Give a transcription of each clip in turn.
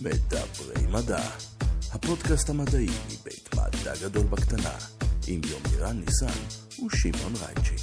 מדברי מדע, הפודקאסט המדעי מבית מדע גדול בקטנה, עם יומירן ניסן ושמעון רייצ'י.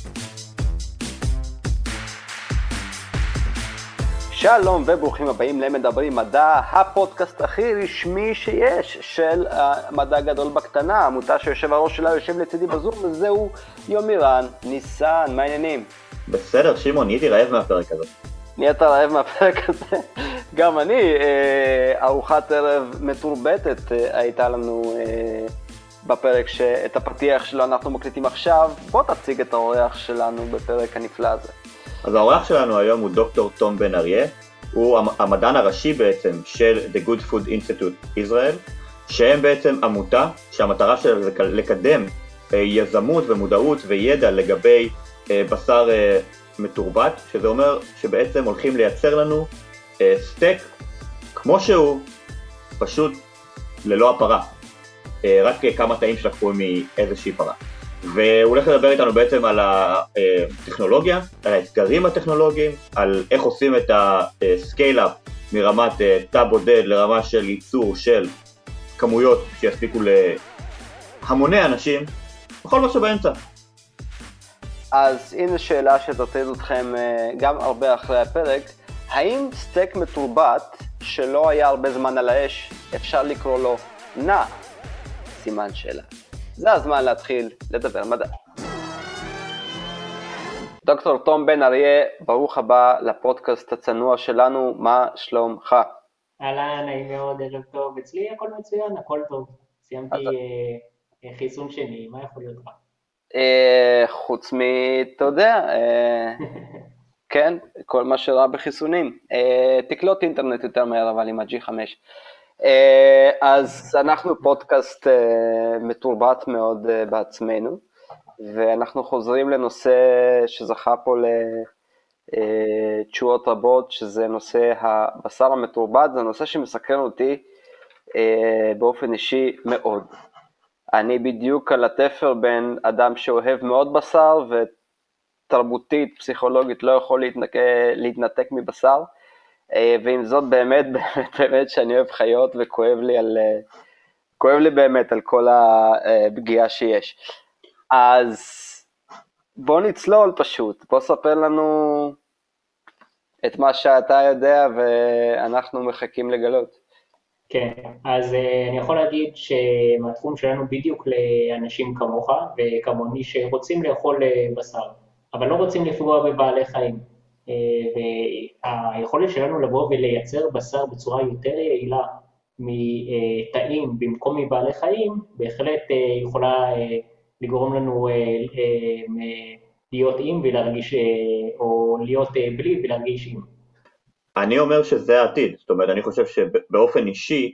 שלום וברוכים הבאים למדברי מדע, הפודקאסט הכי רשמי שיש של מדע גדול בקטנה, עמותה שיושב הראש שלה יושב לצידי בזום, וזהו יומירן ניסן. מה העניינים? בסדר, שמעון, נהייתי רעב מהפרק הזה. נהיית רעב מהפרק הזה? גם אני. ארוחת ערב מתורבתת הייתה לנו בפרק את הפתיח שלו אנחנו מקליטים עכשיו. בוא תציג את האורח שלנו בפרק הנפלא הזה. אז האורח שלנו היום הוא דוקטור תום בן אריה, הוא המדען הראשי בעצם של The Good Food Institute Israel, שהם בעצם עמותה שהמטרה שלה זה לקדם יזמות ומודעות וידע לגבי בשר מתורבת, שזה אומר שבעצם הולכים לייצר לנו סטייק כמו שהוא, פשוט ללא הפרה, רק כמה תאים שלקחו מאיזושהי פרה. והוא הולך לדבר איתנו בעצם על הטכנולוגיה, על האתגרים הטכנולוגיים, על איך עושים את הסקייל-אפ מרמת תא בודד לרמה של ייצור של כמויות שיספיקו להמוני אנשים, בכל מה שבאמצע. אז הנה שאלה שתטריד אתכם גם הרבה אחרי הפרק, האם סטייק מתורבת שלא היה הרבה זמן על האש, אפשר לקרוא לו נע? סימן שאלה. זה הזמן להתחיל לדבר מדע. דוקטור תום בן אריה, ברוך הבא לפודקאסט הצנוע שלנו, מה שלומך? אהלן, נעים מאוד, ערב טוב. אצלי הכל מצוין, הכל טוב. סיימתי חיסון שני, מה יכול להיות רע? חוץ אתה יודע, כן, כל מה שרע בחיסונים. תקלוט אינטרנט יותר מהר, אבל עם ה-G5. אז אנחנו פודקאסט מתורבת מאוד בעצמנו, ואנחנו חוזרים לנושא שזכה פה לתשואות רבות, שזה נושא הבשר המתורבת. זה נושא שמסקרן אותי באופן אישי מאוד. אני בדיוק על התפר בין אדם שאוהב מאוד בשר, ותרבותית, פסיכולוגית, לא יכול להתנתק מבשר, ועם זאת באמת שאני אוהב חיות, וכואב לי באמת על כל הפגיעה שיש. אז בוא נצלול פשוט, בוא ספר לנו את מה שאתה יודע ואנחנו מחכים לגלות. כן, אז אני יכול להגיד שמהתחום שלנו בדיוק לאנשים כמוך וכמוני שרוצים לאכול בשר, אבל לא רוצים לפגוע בבעלי חיים. והיכולת שלנו לבוא ולייצר בשר בצורה יותר יעילה מתאים במקום מבעלי חיים, בהחלט יכולה לגרום לנו להיות עם ולהרגיש, או להיות בלי ולהרגיש עם. אני אומר שזה העתיד, זאת אומרת, אני חושב שבאופן אישי,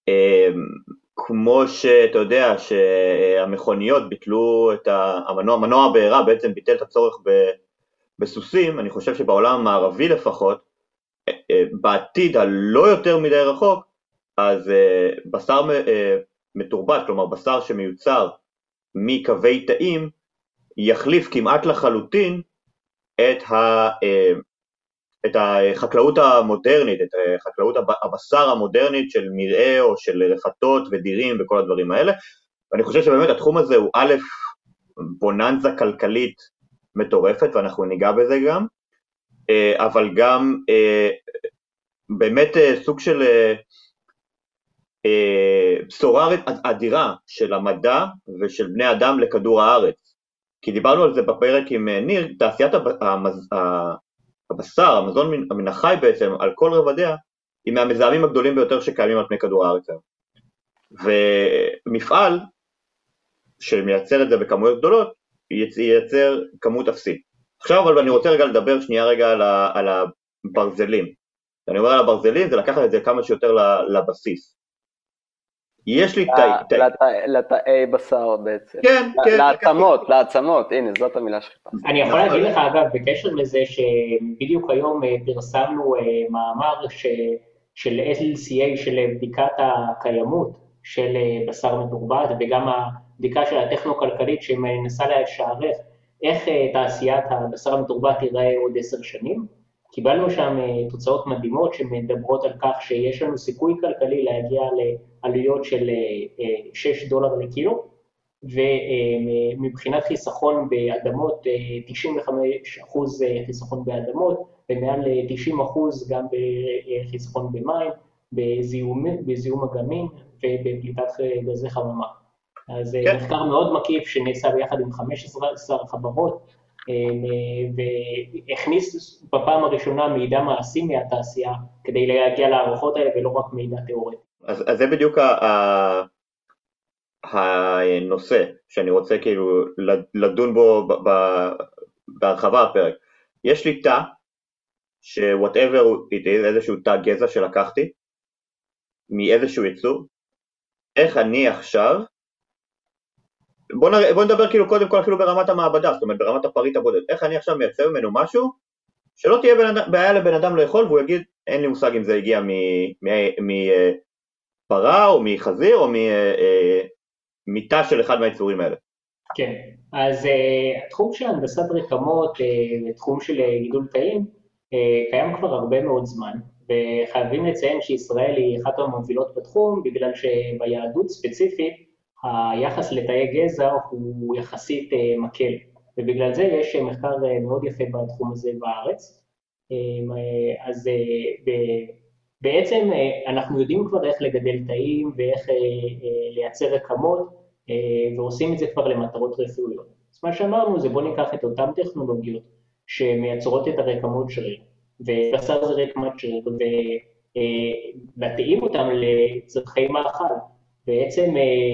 כמו שאתה יודע שהמכוניות ביטלו את מנוע הבעירה, בעצם ביטל את הצורך בסוסים, אני חושב שבעולם המערבי לפחות, בעתיד הלא יותר מדי רחוק, אז בשר מתורבת, כלומר בשר שמיוצר מקווי תאים, יחליף כמעט לחלוטין את החקלאות המודרנית, את חקלאות הבשר המודרנית של מרעה או של רפתות ודירים וכל הדברים האלה. ואני חושב שבאמת התחום הזה הוא א', בוננזה כלכלית מטורפת, ואנחנו ניגע בזה גם, אבל גם באמת סוג של בשורה אדירה של המדע ושל בני אדם לכדור הארץ. כי דיברנו על זה בפרק עם ניר, תעשיית הבשר, המזון מן החי בעצם, על כל רבדיה, היא מהמזהמים הגדולים ביותר שקיימים על פני כדור הארץ. ומפעל שמייצר את זה בכמויות גדולות, ייצר כמות אפסית. עכשיו אבל אני רוצה לדבר שנייה על הברזלים. אני אומר על הברזלים, זה לקחת את זה כמה שיותר לבסיס. יש לי לתאי בשר בעצם. כן. לעצמות, הנה, זאת המילה שחיפה. אני יכול להגיד לך אגב, בקשר לזה שבדיוק היום פרסמנו מאמר של LCA, של בדיקת הקיימות של בשר מתורבת, וגם הבדיקה של הטכנו-כלכלית שמנסה לשערך איך תעשיית הבשר המתורבת תיראה עוד 10 שנים, קיבלנו שם תוצאות מדהימות שמדברות על כך שיש לנו סיכוי כלכלי להגיע לעלויות של $6 לקילו, ומבחינת חיסכון באדמות, 95% חיסכון באדמות, ומעל 90% גם בחיסכון במים, בזיהום אגמים ובפליטת גזי חממה. אז כן. מחקר מאוד מקיף שנעשה ביחד עם 15 חברות, והכניס בפעם הראשונה מידע מעשי מהתעשייה, כדי להגיע להערכות האלה ולא רק מידע תיאורטי. אז זה בדיוק הנושא שאני רוצה כאילו לדון בו בהרחבה הפרק. יש לי תא, ש-whatever it is, איזשהו תא גזע שלקחתי, מאיזשהו יצור, איך אני עכשיו, בוא נדבר כאילו קודם כל כאילו ברמת המעבדה, זאת אומרת ברמת הפריט הבודד, איך אני עכשיו מייצר ממנו משהו, שלא תהיה בעיה לבן אדם לאכול, והוא יגיד, אין לי מושג אם זה הגיע מפרה או מחזיר או מתא של אחד מהיצורים האלה. כן, אז התחום של הנדסת רקמות, תחום של גידול תאים, קיים כבר הרבה מאוד זמן, וחייבים לציין שישראל היא אחת המובילות בתחום, בגלל שביהדות ספציפית, היחס לתאי גזע הוא יחסית מקל, ובגלל זה יש מחקר מאוד יפה בתחום הזה בארץ. אז בעצם אנחנו יודעים כבר איך לגדל תאים ואיך לייצר רקמות, ועושים את זה כבר למטרות רפואיות. אז מה שאמרנו זה בוא ניקח את אותן טכנולוגיות שמייצרות את הרקמות שריר, ובשר זה רקמת שריר, ולהתאים אותם לצרכי מאכל. בעצם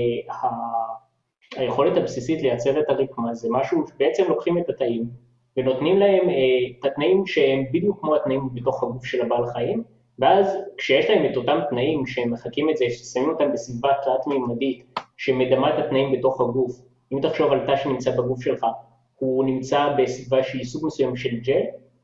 היכולת הבסיסית לייצר את הרקמה זה משהו שבעצם לוקחים את התאים ונותנים להם את התנאים שהם בדיוק כמו התנאים בתוך הגוף של הבעל חיים, ואז כשיש להם את אותם תנאים שהם מחכים את זה, ששמים אותם בסביבה תלת-מימדית שמדמה את התנאים בתוך הגוף. אם תחשוב על תא שנמצא בגוף שלך, הוא נמצא בסביבה שהיא סוג מסוים של ג'ל,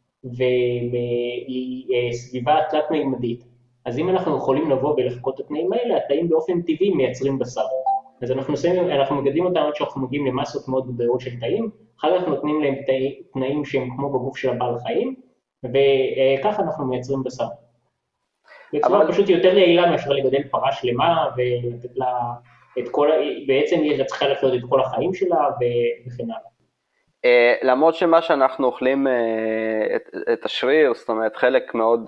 והיא סביבה תלת-מימדית. אז אם אנחנו יכולים לבוא ולחכות את התנאים האלה, התאים באופן טבעי מייצרים בשר. אז אנחנו מגדלים אותם עד שאנחנו מגיעים למסות מאוד גדולות של תאים, אחר כך נותנים להם תנאים שהם כמו בגוף של הבעל חיים, וככה אנחנו מייצרים בשר. בצורה פשוט יותר יעילה מאשר לגדל פרה שלמה, ולתת לה את כל, בעצם היא צריכה לחיות את כל החיים שלה וכן הלאה. למרות שמה שאנחנו אוכלים את השריר, זאת אומרת חלק מאוד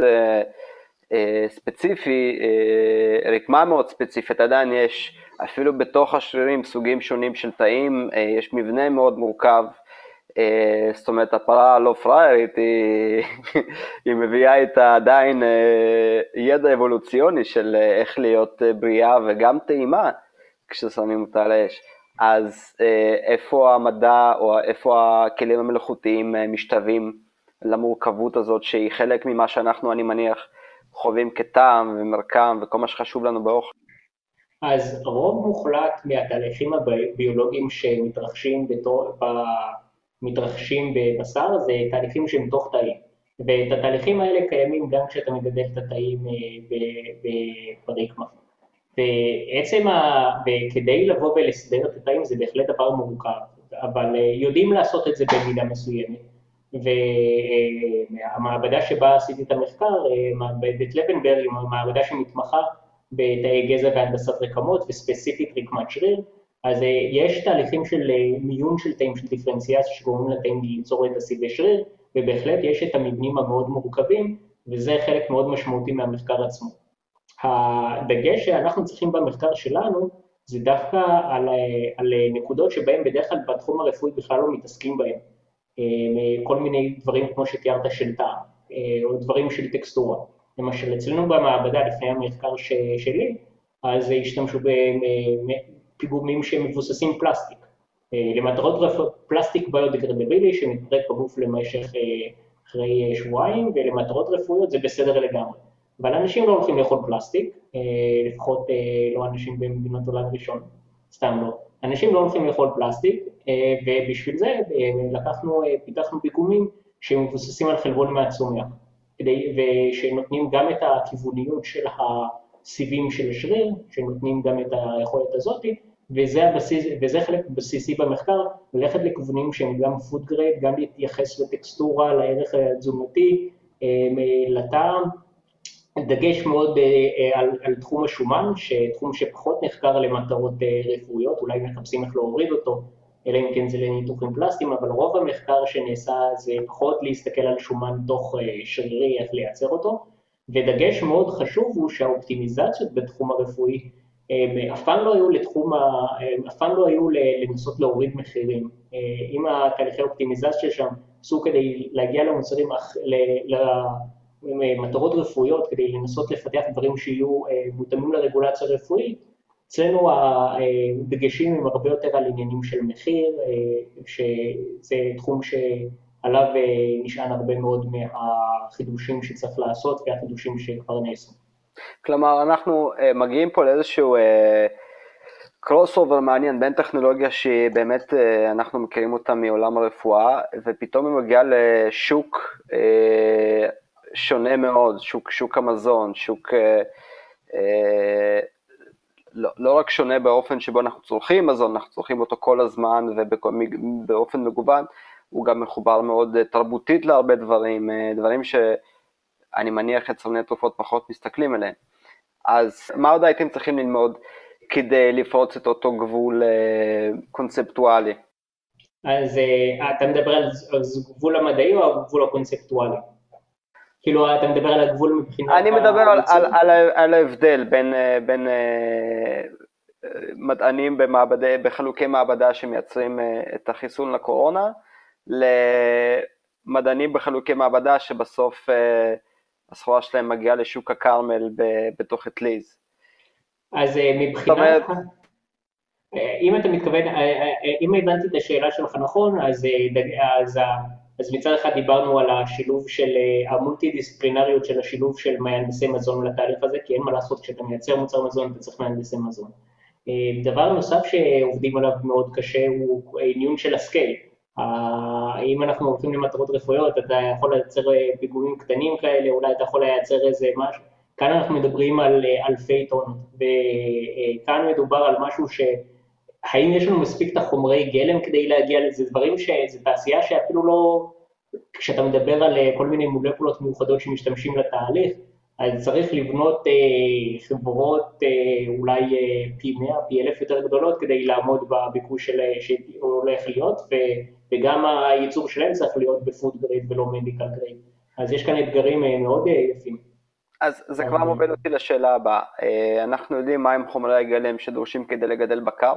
ספציפי, רקמה מאוד ספציפית, עדיין יש אפילו בתוך השרירים סוגים שונים של תאים, יש מבנה מאוד מורכב, זאת אומרת הפרה הלא פריירית, היא מביאה איתה עדיין ידע אבולוציוני של איך להיות בריאה וגם טעימה כששמים אותה על האש. אז איפה המדע או איפה הכלים המלאכותיים משתווים למורכבות הזאת שהיא חלק ממה שאנחנו, אני מניח, חווים כטעם ומרקם וכל מה שחשוב לנו באוכל? אז רוב מוחלט מהתהליכים הביולוגיים שמתרחשים בבשר זה תהליכים שהם תוך תאים, ואת התהליכים האלה קיימים גם כשאתה מגדל את התאים ברקמה. בעצם כדי לבוא ולסדר את התאים זה בהחלט דבר מורכב, אבל יודעים לעשות את זה במידה מסוימת. והמעבדה שבה עשיתי את המחקר, מעבדת לבנברג, מעבדה שמתמחה בתאי גזע והנדסת רקמות וספציפית רקמת שריר, אז יש תהליכים של מיון של תאים של דיפרנציאציה שגורמים לתאים ליצור את הסיבי שריר, ובהחלט יש את המבנים המאוד מורכבים, וזה חלק מאוד משמעותי מהמחקר עצמו. הדגש שאנחנו צריכים במחקר שלנו, זה דווקא על נקודות שבהם בדרך כלל בתחום הרפואי בכלל לא מתעסקים בהם. כל מיני דברים כמו שתיארת של טעם, או דברים של טקסטורה. למשל, אצלנו במעבדה לפני המחקר שלי, אז השתמשו בפיגומים שמבוססים פלסטיק. למטרות רפואיות, פלסטיק ביודגרדבילי שמתפרק בגוף למשך אחרי שבועיים, ולמטרות רפואיות זה בסדר לגמרי. אבל אנשים לא הולכים לאכול פלסטיק, לפחות לא אנשים במדינות עולם ראשון, סתם לא. אנשים לא הולכים לאכול פלסטיק, ובשביל זה פיתחנו פיגומים שמבוססים על חלבון מהצומח, ושנותנים גם את הכיווניות של הסיבים של השריר, שנותנים גם את היכולת הזאת, וזה חלק בסיסי במחקר, ללכת לכיוונים שהם גם food grade, גם להתייחס לטקסטורה, לערך התזונתי, לטעם, דגש מאוד על תחום השומן, שתחום שפחות נחקר למטרות רפואיות, אולי מחפשים איך להוריד אותו, אלא אם כן זה לניתוחים פלסטיים, אבל רוב המחקר שנעשה זה פחות להסתכל על שומן תוך שרירי, איך לייצר אותו, ודגש מאוד חשוב הוא שהאופטימיזציות בתחום הרפואי, אף פעם לא היו לנסות להוריד מחירים. אם התהליכי האופטימיזציה שם עשו כדי להגיע למוצרים, למטרות רפואיות, כדי לנסות לפתח דברים שיהיו מותאמים לרגולציה רפואית, אצלנו הדגשים הם הרבה יותר על עניינים של מחיר, שזה תחום שעליו נשען הרבה מאוד מהחידושים שצריך לעשות והחידושים שכבר נעשו. כלומר, אנחנו מגיעים פה לאיזשהו קרוס אובר מעניין בין טכנולוגיה שבאמת אנחנו מכירים אותה מעולם הרפואה, ופתאום היא מגיעה לשוק שונה מאוד, שוק המזון, שוק לא רק שונה באופן שבו אנחנו צורכים מזון, אנחנו צורכים אותו כל הזמן ובאופן מגוון, הוא גם מחובר מאוד תרבותית להרבה דברים, דברים שאני מניח יצרני תרופות פחות מסתכלים עליהם. אז מה עוד הייתם צריכים ללמוד כדי לפרוץ את אותו גבול קונספטואלי? אז אתה מדבר על הגבול המדעי או הגבול הקונספטואלי? כאילו אתה מדבר על הגבול מבחינת... אני מדבר על ההבדל בין מדענים בחלוקי מעבדה שמייצרים את החיסון לקורונה, למדענים בחלוקי מעבדה שבסוף הסחורה שלהם מגיעה לשוק הקרמל בתוך אטליז. אז מבחינת... אם אתה מתכוון, אם הבנתי את השאלה שלך נכון, אז מצד אחד דיברנו על השילוב של המולטי-דיסציפלינריות של השילוב של מהנדסי מזון לתהליך הזה, כי אין מה לעשות, כשאתה מייצר מוצר מזון אתה צריך מהנדסי מזון. דבר נוסף שעובדים עליו מאוד קשה הוא עניין של הסקייל. אם אנחנו הולכים למטרות רפואיות, אתה יכול לייצר פיגומים קטנים כאלה, אולי אתה יכול לייצר איזה משהו, כאן אנחנו מדברים על אלפי טונות, וכאן מדובר על משהו האם יש לנו מספיק את החומרי גלם כדי להגיע לזה, דברים שזה תעשייה שאפילו לא, כשאתה מדבר על כל מיני מולקולות מיוחדות שמשתמשים לתהליך, אז צריך לבנות חברות אולי פי 100, פי 1000 יותר גדולות כדי לעמוד בביקוש שהולך להיות, וגם הייצור שלהם צריך להיות בפוד גרייד ולא מדיקל גרייד. אז יש כאן אתגרים מאוד יפים. אז זה כבר מוביל אותי לשאלה הבאה. אנחנו יודעים מהם חומרי הגלם שדורשים כדי לגדל בקר,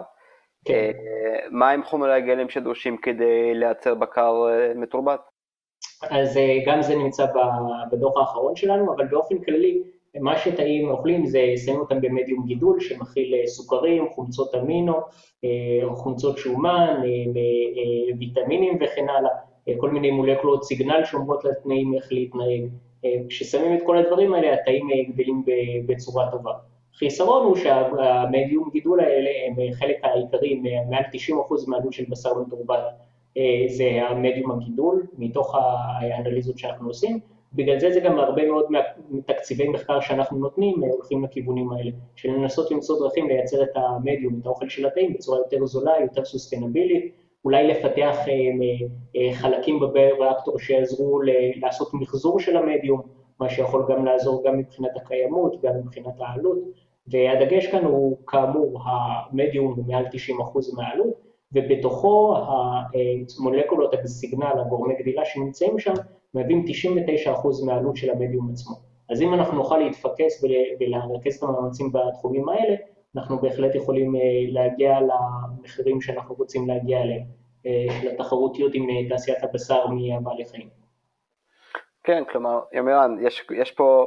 מהם חומרי הגלם שדורשים כדי לייצר בקר מתורבת? אז גם זה נמצא בדוח האחרון שלנו, אבל באופן כללי, מה שתאים אוכלים זה שמים אותם במדיום גידול שמכיל סוכרים, חומצות אמינו, חומצות שומן, ויטמינים וכן הלאה, כל מיני מולקולות סיגנל שאומרות לתנאים איך להתנהג. כששמים את כל הדברים האלה, התאים גדלים בצורה טובה. חיסרון הוא שהמדיום גידול האלה הם חלק העיקרי, מעל 90% מהעלות של בשר מתורבת, זה המדיום הגידול, מתוך האנליזות שאנחנו עושים, בגלל זה גם הרבה מאוד מתקציבי מחקר שאנחנו נותנים, הולכים לכיוונים האלה, של לנסות למצוא דרכים לייצר את המדיום, את האוכל של התאים, בצורה יותר זולה, יותר סוסטנבילית, אולי לפתח חלקים בריאקטור שיעזרו לעשות מחזור של המדיום, מה שיכול גם לעזור גם מבחינת הקיימות, גם מבחינת העלות, והדגש כאן הוא כאמור המדיום הוא מעל 90% מהעלות, ובתוכו המולקולות הסיגנל, הגורמי גדילה שנמצאים שם, מהווים 99% מהעלות של המדיום עצמו. אז אם אנחנו נוכל להתפקס ולרכז את המאמצים בתחומים האלה, אנחנו בהחלט יכולים להגיע למחירים שאנחנו רוצים להגיע אליהם, לתחרותיות עם תעשיית הבשר מבעלי חיים. כן, כלומר, ימירן, יש פה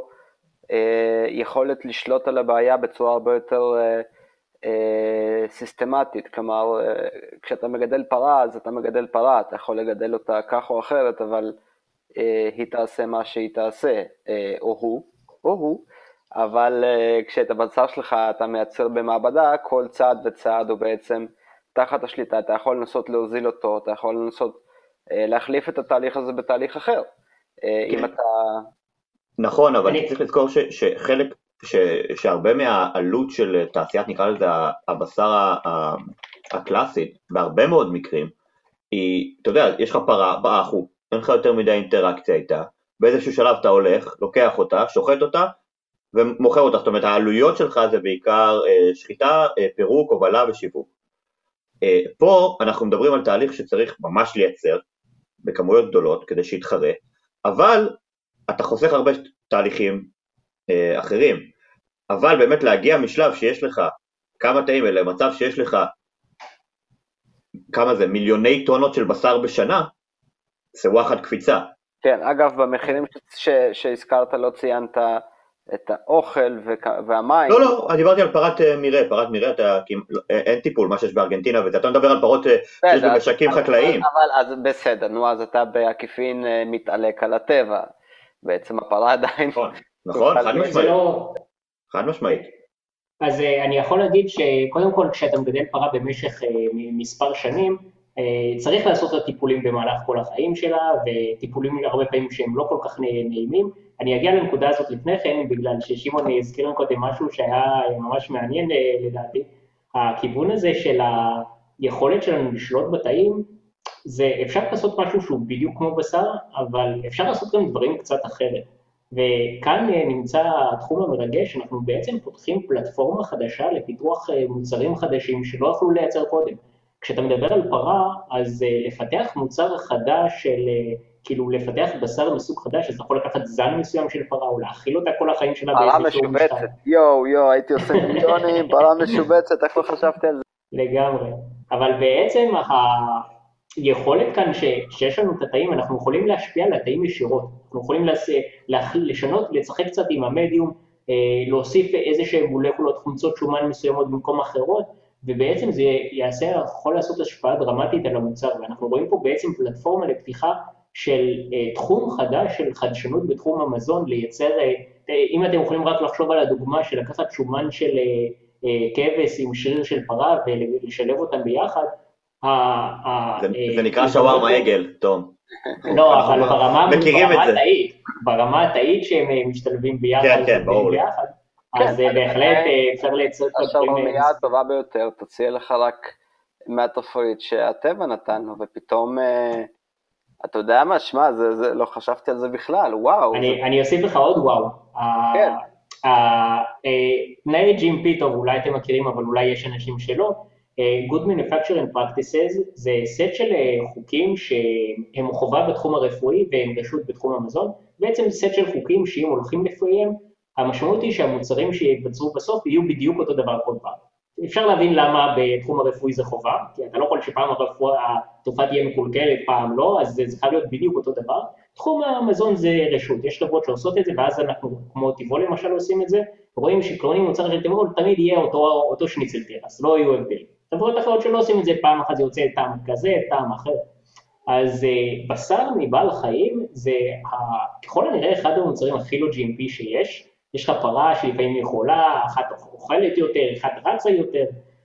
יכולת לשלוט על הבעיה בצורה הרבה יותר סיסטמטית, כלומר, כשאתה מגדל פרה, אז אתה מגדל פרה, אתה יכול לגדל אותה כך או אחרת, אבל היא תעשה מה שהיא תעשה, או הוא, אבל כשאת הבשר שלך אתה מייצר במעבדה, כל צעד וצעד הוא בעצם תחת השליטה, אתה יכול לנסות להוזיל אותו, אתה יכול לנסות להחליף את התהליך הזה בתהליך אחר. אם אתה... נכון, אבל צריך לזכור שחלק, שהרבה מהעלות של תעשיית, נקרא לזה הבשר הקלאסית, בהרבה מאוד מקרים, היא, אתה יודע, יש לך פרה באחו, אין לך יותר מדי אינטראקציה איתה, באיזשהו שלב אתה הולך, לוקח אותה, שוחט אותה, ומוכר אותה, זאת אומרת העלויות שלך זה בעיקר שחיטה, פירוק, הובלה ושיווק. פה אנחנו מדברים על תהליך שצריך ממש לייצר, בכמויות גדולות כדי שיתחרה, אבל אתה חוסך הרבה תהליכים אחרים, אבל באמת להגיע משלב שיש לך כמה תאים אלה, מצב שיש לך כמה זה, מיליוני טונות של בשר בשנה, זה וואחד קפיצה. כן, אגב, במחירים שהזכרת לא ציינת את האוכל והמים. לא, אני דיברתי על פרת מרעה, אין טיפול, מה שיש בארגנטינה, ואתה מדבר על פרות שיש במשקים חקלאיים. אבל אז בסדר, נו, אז אתה בעקיפין מתעלק על הטבע, בעצם הפרה עדיין. נכון, חד משמעית. אז אני יכול להגיד שקודם כל, כשאתה מגדל פרה במשך מספר שנים, צריך לעשות את הטיפולים במהלך כל החיים שלה, וטיפולים הרבה פעמים שהם לא כל כך נעימים. אני אגיע לנקודה הזאת לפני כן, בגלל ששימון הזכיר קודם משהו שהיה ממש מעניין לדעתי. הכיוון הזה של היכולת שלנו לשלוט בתאים, זה אפשר לעשות משהו שהוא בדיוק כמו בשר, אבל אפשר לעשות גם דברים קצת אחרת. וכאן נמצא התחום המרגש, אנחנו בעצם פותחים פלטפורמה חדשה לפיתוח מוצרים חדשים שלא יכלו לייצר קודם. כשאתה מדבר על פרה, אז לפתח מוצר חדש של, כאילו לפתח בשר מסוג חדש, אז אתה יכול לקחת זן מסוים של פרה, או להאכיל אותה כל החיים שלה באיזשהו משטר. פרה משובצת, יו, הייתי עושה מיליונים, פרה משובצת, איך לא חשבתי על זה? לגמרי, אבל בעצם היכולת כאן שיש לנו את התאים, אנחנו יכולים להשפיע על התאים ישירות, אנחנו יכולים לשנות, לשחק קצת עם המדיום, להוסיף איזה שהן מולקולות חומצות שומן מסוימות במקום אחרות, ובעצם זה יכול לעשות השפעה דרמטית על המוצר, ואנחנו רואים פה בעצם פלטפורמה לפתיחה של תחום חדש, של חדשנות בתחום המזון, לייצר, אם אתם יכולים רק לחשוב על הדוגמה של לקחת שומן של כבש עם שריר של פרה ולשלב אותם ביחד, זה נקרא שווארמה עגל, תום. לא, אבל ברמה התאית שהם משתלבים ביחד, אז בהחלט אפשר לייצר את הדברים. השלומיה הטובה ביותר, תציע לך רק מהתפריט שהטבע נתנו, ופתאום, אתה יודע מה, שמע, לא חשבתי על זה בכלל, וואו. אני אוסיף לך עוד וואו. כן. תנאי GMP, טוב, אולי אתם מכירים, אבל אולי יש אנשים שלא, Good Manufacturing Practices זה סט של חוקים שהם חובה בתחום הרפואי והם רשות בתחום המזון, בעצם זה סט של חוקים שאם הולכים לפריהם, המשמעות היא שהמוצרים שיבצעו בסוף יהיו בדיוק אותו דבר כל פעם. אפשר להבין למה בתחום הרפואי זה חובה, כי אתה לא יכול שפעם התרופה תהיה מקולקלת, פעם לא, אז זה חייב להיות בדיוק אותו דבר. תחום המזון זה רשות, יש חברות שעושות את זה, ואז אנחנו, כמו טבעול למשל עושים את זה, רואים שקלונים מוצר של טבעול תמיד יהיה אותו שניצל תרס, לא יהיו הבדלים. חברות אחרות שלא עושים את זה, פעם אחת זה יוצא טעם כזה, טעם אחר. אז בשר מבעל חיים זה ככל הנראה אחד המוצרים הכי לא GMP שיש, יש לך פרה שלפעמים יכולה, אחת אוכלת יותר, אחת רצה יותר,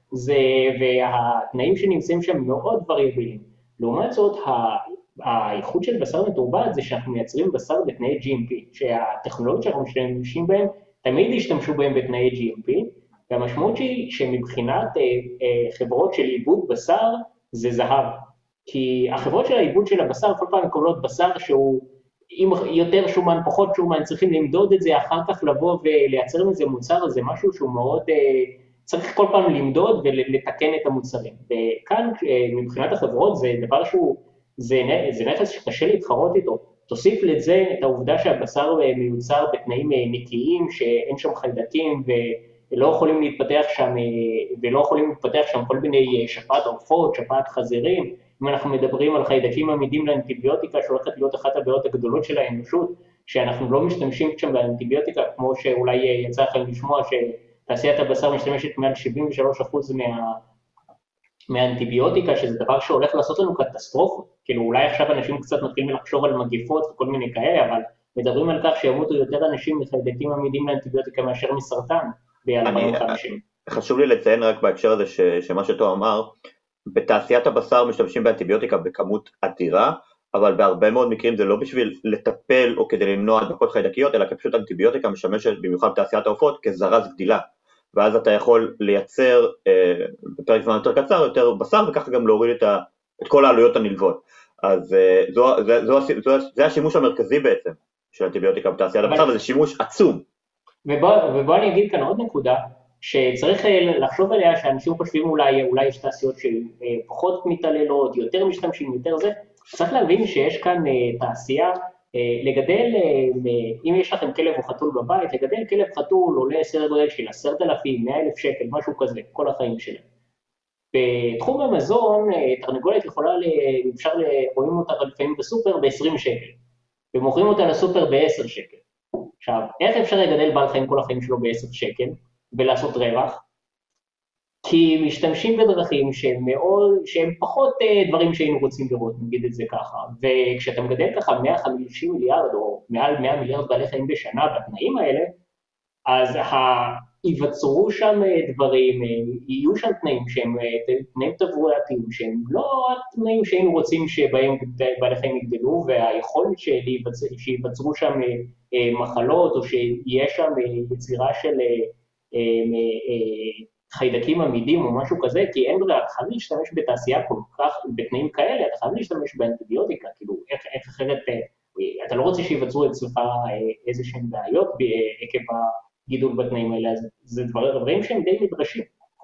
והתנאים שנמצאים שם מאוד וריאביליים. לעומת זאת, האיכות של בשר מתורבת זה שאנחנו מייצרים בשר בתנאי GMP, שהטכנולוגיות שאנחנו משתמשים בהם, תמיד ישתמשו בהם בתנאי GMP, והמשמעות היא שמבחינת חברות של עיבוד בשר זה זהב. כי החברות של העיבוד של הבשר, כל פעם מקבלות בשר שהוא עם יותר שומן, פחות שומן, צריכים למדוד את זה, אחר כך לבוא ולייצר מזה מוצר, זה משהו שהוא מאוד, צריך כל פעם למדוד ולתקן את המוצרים. וכאן, מבחינת החברות, זה דבר שהוא, זה נכס שקשה להתחרות איתו. תוסיף לזה את העובדה שהבשר מיוצר בתנאים נקיים, שאין שם חיידקים ולא יכולים להתפתח שם כל מיני שפעת עופות, שפעת חזירים. אם אנחנו מדברים על חיידקים עמידים לאנטיביוטיקה, שהולכת להיות אחת הבעיות הגדולות של האנושות, שאנחנו לא משתמשים שם באנטיביוטיקה, כמו שאולי יצא לכם לשמוע שתעשיית הבשר משתמשת מעל 73% מהאנטיביוטיקה, שזה דבר שהולך לעשות לנו קטסטרופות. כאילו אולי עכשיו אנשים קצת מתחילים לחשוב על מגיפות וכל מיני כאלה, אבל מדברים על כך שימותו יותר אנשים מחיידקים עמידים לאנטיביוטיקה מאשר מסרטן ב-2050. חשוב לי לציין רק בהקשר הזה שמה שתו אמר, בתעשיית הבשר משתמשים באנטיביוטיקה בכמות אדירה, אבל בהרבה מאוד מקרים זה לא בשביל לטפל או כדי למנוע הדבקות חיידקיות, אלא פשוט אנטיביוטיקה משמשת במיוחד בתעשיית העופות כזרז גדילה, ואז אתה יכול לייצר בפרק זמן יותר קצר יותר בשר, וככה גם להוריד את כל העלויות הנלוות. אז זה השימוש המרכזי בעצם של אנטיביוטיקה בתעשיית הבשר, וזה שימוש עצום. ובוא אני אגיד כאן עוד נקודה, שצריך לחשוב עליה שאנשים חושבים אולי יש תעשיות שפחות מתעללות, יותר משתמשים, יותר זה, צריך להבין שיש כאן תעשייה, לגדל, אם יש לכם כלב או חתול בבית, לגדל כלב חתול עולה סדר גודל של 10,000, 100,000 שקל, משהו כזה, כל החיים שלהם. בתחום המזון, תרנגולת יכולה, רואים אותה לפעמים בסופר ב-20 שקל, ומוכרים אותה לסופר ב-10 שקל. עכשיו, איך אפשר לגדל בעל חיים כל החיים שלו ב-10 שקל, ולעשות רווח? כי משתמשים בדרכים שהם פחות דברים שהיינו רוצים לראות, נגיד את זה ככה, וכשאתה מגדל ככה 150 מיליארד או מעל 100 מיליארד בעלי חיים בשנה בתנאים האלה, אז ייווצרו שם דברים, יהיו שם תנאים שהם תנאים תברואתיים, שהם לא התנאים שהיינו רוצים שבהם בעלי חיים יגדלו, והיכולת שייווצרו שם מחלות, או שיהיה שם יצירה של חיידקים עמידים או משהו כזה, כי אין ברירה, אתה חייב להשתמש בתעשייה כל כך, בתנאים כאלה, אתה חייב להשתמש באנטיביוטיקה, כאילו איך אחרת, אתה לא רוצה שיווצרו אצלך איזה שהן בעיות עקב הגידול בתנאים האלה, אז זה דברים שהם די נדרשים.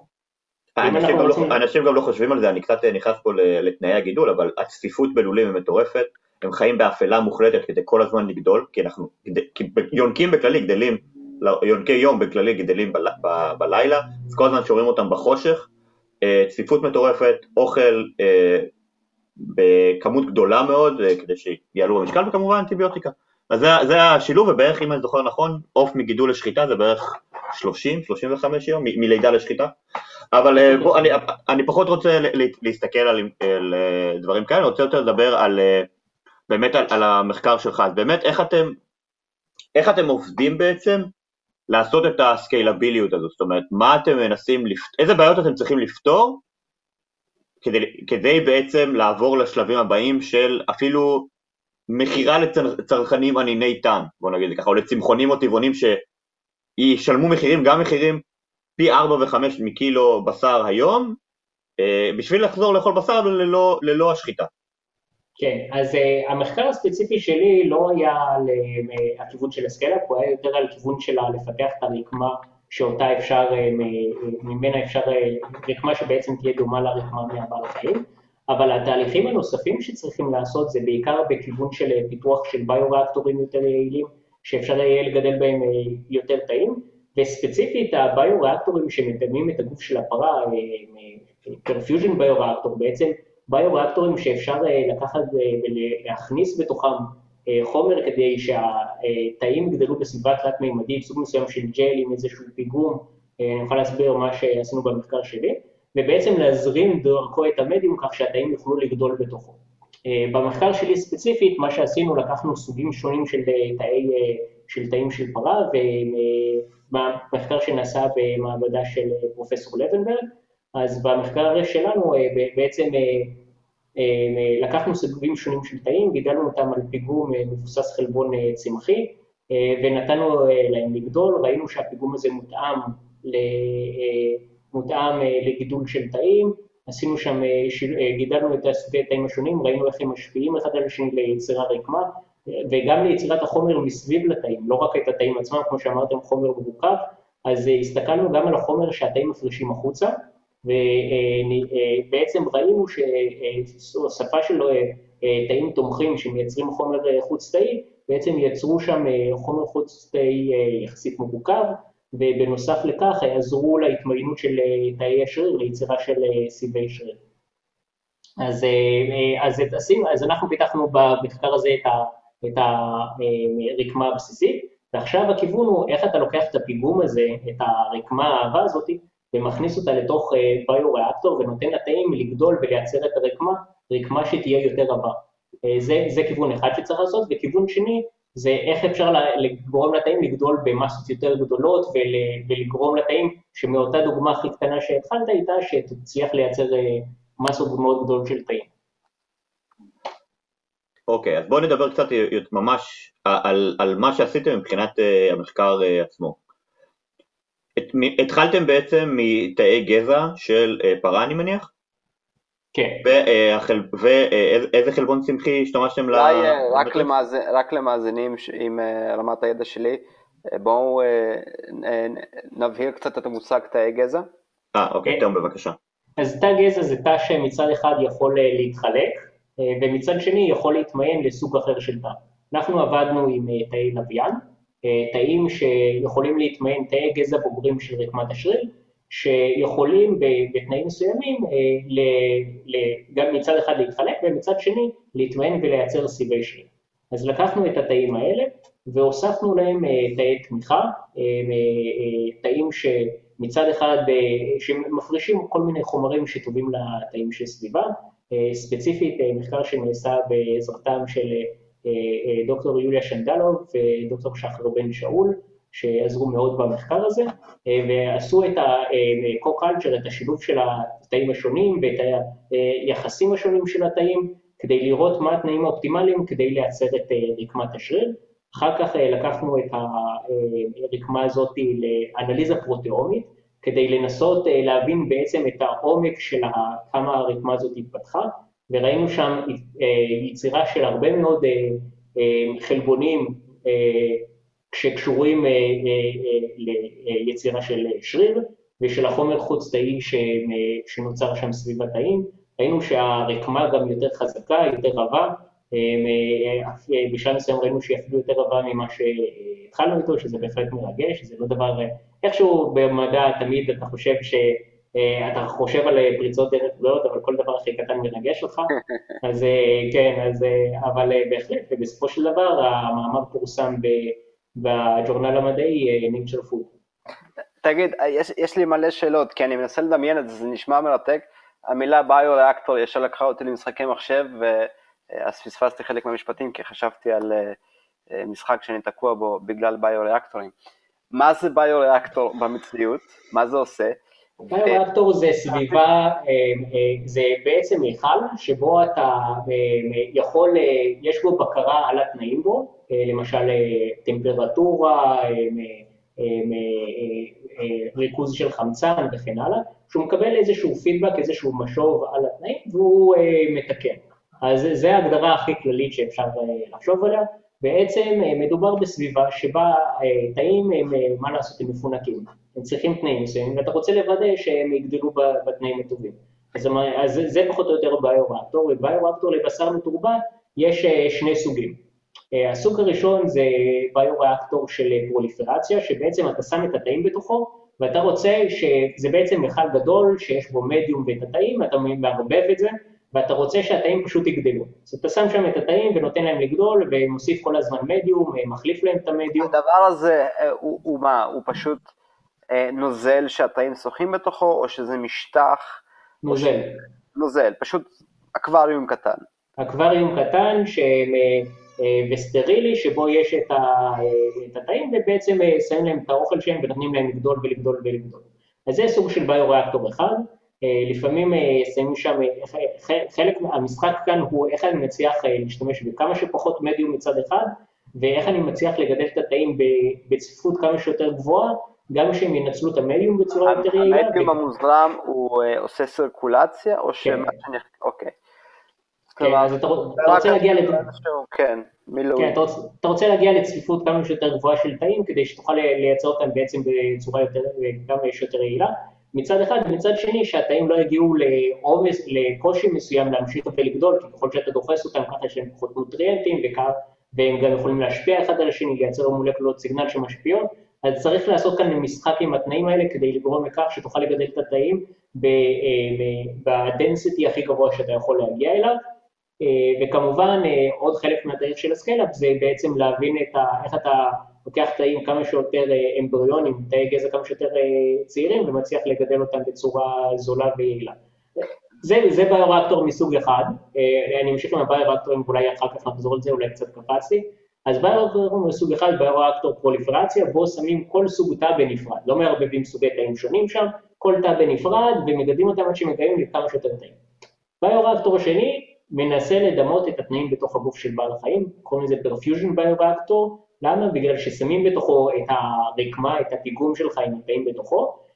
אנשים גם לא חושבים על זה, אני קצת נכנס פה לתנאי הגידול, אבל הצפיפות בלולים היא מטורפת, הם חיים באפלה מוחלטת כדי כל הזמן לגדול, כי יונקים בכללי גדלים, יונקי יום בכללי גדלים בלילה, אז כל הזמן שומרים אותם בחושך, צפיפות מטורפת, אוכל בכמות גדולה מאוד, כדי שיעלו במשקל, וכמובן אנטיביוטיקה. אז זה השילוב, ובערך, אם אני זוכר נכון, עוף מגידול לשחיטה, זה בערך 30-35 יום, מלידה לשחיטה. אבל בוא, אני פחות רוצה להסתכל על דברים כאלה, אני רוצה יותר לדבר באמת על המחקר שלך. אז באמת, איך אתם עובדים בעצם לעשות את הסקיילביליות הזאת? זאת אומרת, מה אתם מנסים, איזה בעיות אתם צריכים לפתור, כדי בעצם לעבור לשלבים הבאים של אפילו מחירה לצרכנים עניני טעם, בוא נגיד זה ככה, או לצמחונים או טבעונים שישלמו מחירים, גם מחירים פי 4 ו-5 מקילו בשר היום, בשביל לחזור לאכול בשר ללא השחיטה. כן, אז המחקר הספציפי שלי לא היה על הכיוון של הסקייל-אפ, הוא היה יותר על כיוון של לפתח את הרקמה שאותה אפשר, ממנה אפשר, רקמה שבעצם תהיה דומה לרקמה מהבעל חיים, אבל התהליכים הנוספים שצריכים לעשות זה בעיקר בכיוון של פיתוח של ביוריאקטורים יותר יעילים, שאפשר יהיה לגדל בהם יותר תאים, וספציפית הביוריאקטורים שמתאמים את הגוף של הפרה, פרפיוז'ן ביוריאקטור, בעצם ביוריאקטורים שאפשר לקחת ולהכניס בתוכם חומר כדי שהתאים יגדלו בסביבה תלת-מימדית, סוג מסוים של ג'ל עם איזשהו פיגום, אני יכול להסביר מה שעשינו במחקר שלי, ובעצם להזרים דרכו את המדיום כך שהתאים יוכלו לגדול בתוכו. במחקר שלי ספציפית, מה שעשינו, לקחנו סוגים שונים של תאים של פרה, ובמחקר שנעשה במעבדה של פרופסור לבנברג, אז במחקר שלנו בעצם לקחנו סוגים שונים של תאים, גידלנו אותם על פיגום מבוסס חלבון צמחי, ונתנו להם לגדול, ראינו שהפיגום הזה מותאם לגידול של תאים, עשינו שם, גידלנו את הסוגי התאים השונים, ראינו איך הם משפיעים אחד על השני ליצירה רקמה, וגם ליצירת החומר מסביב לתאים, לא רק את התאים עצמם, כמו שאמרתם, חומר מורכב, אז הסתכלנו גם על החומר שהתאים מפרישים החוצה, ובעצם ראינו שהשפה של תאים תומכים שמייצרים חומר חוץ תאי, בעצם יצרו שם חומר חוץ תאי יחסית מורכב, ובנוסף לכך יעזרו להתמיינות של תאי השריר, ליצירה של סיבי שריר. אז אנחנו פיתחנו במחקר הזה את הרקמה הבסיסית, ועכשיו הכיוון הוא איך אתה לוקח את הפיגום הזה, את הרקמה האהבה הזאת, ומכניס אותה לתוך ביוריאקטור ונותן לתאים לגדול ולייצר את רקמה שתהיה יותר רבה. זה כיוון אחד שצריך לעשות, וכיוון שני זה איך אפשר לגרום לתאים לגדול במסות יותר גדולות, ולגרום לתאים שמאותה דוגמה הכי קטנה שהתחלת איתה, שתצליח לייצר מסות מאוד גדולות של תאים. אוקיי, אז בואו נדבר קצת ממש על מה שעשיתם מבחינת המחקר עצמו. התחלתם בעצם מתאי גזע של פרה, אני מניח? כן. ואיזה חלבון צמחי השתמשתם רק למאזינים עם רמת הידע שלי, בואו נבהיר קצת את המושג תאי גזע. אוקיי, תאום בבקשה. אז תא גזע זה תא שמצד אחד יכול להתחלק, ומצד שני יכול להתמיין לסוג אחר של תא. אנחנו עבדנו עם תאי לוויין, תאים שיכולים להתמיין, תאי גזע בוגרים של רקמת השריר, שיכולים בתנאים מסוימים גם מצד אחד להתחלק, ומצד שני להתמיין ולייצר סיבי שריר. אז לקחנו את התאים האלה, והוספנו להם תאי תמיכה, תאים שמצד אחד שמפרישים כל מיני חומרים שטובים לתאים שסביבה, ספציפית מחקר שנעשה בעזרתם של דוקטור יוליה שנדלוב ודוקטור שחר בן שאול, שעזרו מאוד במחקר הזה, ועשו את ה-co-culture, את השילוב של התאים השונים ואת היחסים השונים של התאים, כדי לראות מה התנאים האופטימליים כדי לייצר את רקמת השריר. אחר כך לקחנו את הרקמה הזאת לאנליזה פרוטאומית, כדי לנסות להבין בעצם את העומק של כמה הרקמה הזאת התפתחה, וראינו שם יצירה של הרבה מאוד חלבונים שקשורים ליצירה של שריר, ושל החומר חוץ תאי שנוצר שם סביב התאים. ראינו שהרקמה גם יותר חזקה, יותר רבה, בשלב מסוים ראינו שהיא אפילו יותר רבה ממה שהתחלנו איתו, שזה בהחלט מרגש, זה לא דבר, איכשהו במדע תמיד אתה חושב על פריצות דרך גדולות, אבל כל דבר הכי קטן מרגש אותך, אז כן, אבל בהחלט, ובסופו של דבר המאמר פורסם בג'ורנל המדעי Nature Food. תגיד, יש לי מלא שאלות, כי אני מנסה לדמיין את זה, זה נשמע מרתק, המילה ביו-ריאקטור ישר לקחה אותי למשחקי מחשב, אז פספסתי חלק מהמשפטים, כי חשבתי על משחק שאני תקוע בו בגלל ביו-ריאקטורים. מה זה ביו-ריאקטור במציאות? מה זה עושה? ביו-ריאקטור זה סביבה, זה בעצם מיכל שבו אתה יכול, יש בו בקרה על התנאים בו, למשל טמפרטורה, ריכוז של חמצן וכן הלאה, שהוא מקבל איזשהו פידבק, איזשהו משוב על התנאים, והוא מתקן. אז זו ההגדרה הכי כללית שאפשר לחשוב עליה. בעצם מדובר בסביבה שבה תאים, מה לעשות, הם מפונקים. הם צריכים תנאים מסוימים, ואתה רוצה לוודא שהם יגדלו בתנאים הטובים. אז זה פחות או יותר ביו-ריאקטור, וביו-ריאקטור לבשר מתורבת יש שני סוגים. הסוג הראשון זה ביו-ריאקטור של פרוליפרציה, שבעצם אתה שם את התאים בתוכו, ואתה רוצה שזה בעצם מיכל גדול שיש בו מדיום ואת התאים, אתה מערבב את זה, ואתה רוצה שהתאים פשוט יגדלו. אז אתה שם שם את התאים ונותן להם לגדול, ומוסיף כל הזמן מדיום, מחליף להם את המדיום. הדבר הזה הוא מה? הוא פשוט נוזל שהתאים שוחים בתוכו, או שזה משטח? נוזל. נוזל, פשוט אקווריום קטן. אקווריום קטן וסטרילי, שבו יש את התאים, ובעצם שמים להם את האוכל שלהם ונותנים להם לגדול ולגדול ולגדול. אז זה סוג של ביו-ריאקטור אחד. לפעמים שמים שם, חלק מהמשחק כאן הוא איך אני מצליח להשתמש בכמה שפחות מדיום מצד אחד, ואיך אני מצליח לגדל את התאים בצפיפות כמה שיותר גבוהה, גם שהם ינצלו את המדיום בצורה יותר יעילה. המדיום המוזרם הוא עושה סירקולציה, או שמה שאני... אוקיי. כן, אז אתה רוצה להגיע אתה רוצה להגיע לצפיפות כמה שיותר גבוהה של תאים, כדי שתוכל לייצר אותם בעצם בצורה כמה שיותר יעילה, מצד אחד, ומצד שני שהתאים לא יגיעו לעומס, לקושי מסוים להמשיך ולגדול, כי ככל שאתה דוחס אותם ככה שהם פחות נוטריאנטים, והם גם יכולים להשפיע אחד על השני, לייצר מולקולות סיגנל שמשפיעות, אז צריך לעשות כאן משחק עם התנאים האלה, כדי לגרום לכך שתוכל לגדל את התאים בדנסיטי הכי גבוה שאתה יכול להגיע אליו, וכמובן עוד חלק מהתהליך של הסקייל-אפ זה בעצם להבין איך אתה לוקח תאים כמה שיותר אמבריונים, תאי גזע כמה שיותר צעירים, ומצליח לגדל אותם בצורה זולה ויעילה. זה ביו-ריאקטור מסוג אחד, אני אמשיך עם הביו-ריאקטורים, אולי אחר כך נחזור על זה, אולי קצת קפצתי. אז ביו-ריאקטור מסוג אחד, ביו-ריאקטור פרוליפרציה, בו שמים כל סוג תא בנפרד, לא מערבבים סוגי תאים שונים שם, כל תא בנפרד, ומגדלים אותם עד שמגיעים לכמה שיותר תאים. ביו-ריאקטור השני, מנסה לדמות את התנאים בתוך הגוף של בעל החיים, קוראים לזה פרפיוז'ן ביו-ריאקטור. למה? בגלל ששמים בתוכו את הרקמה, את הפיגום שלך עם התאים בתוכו,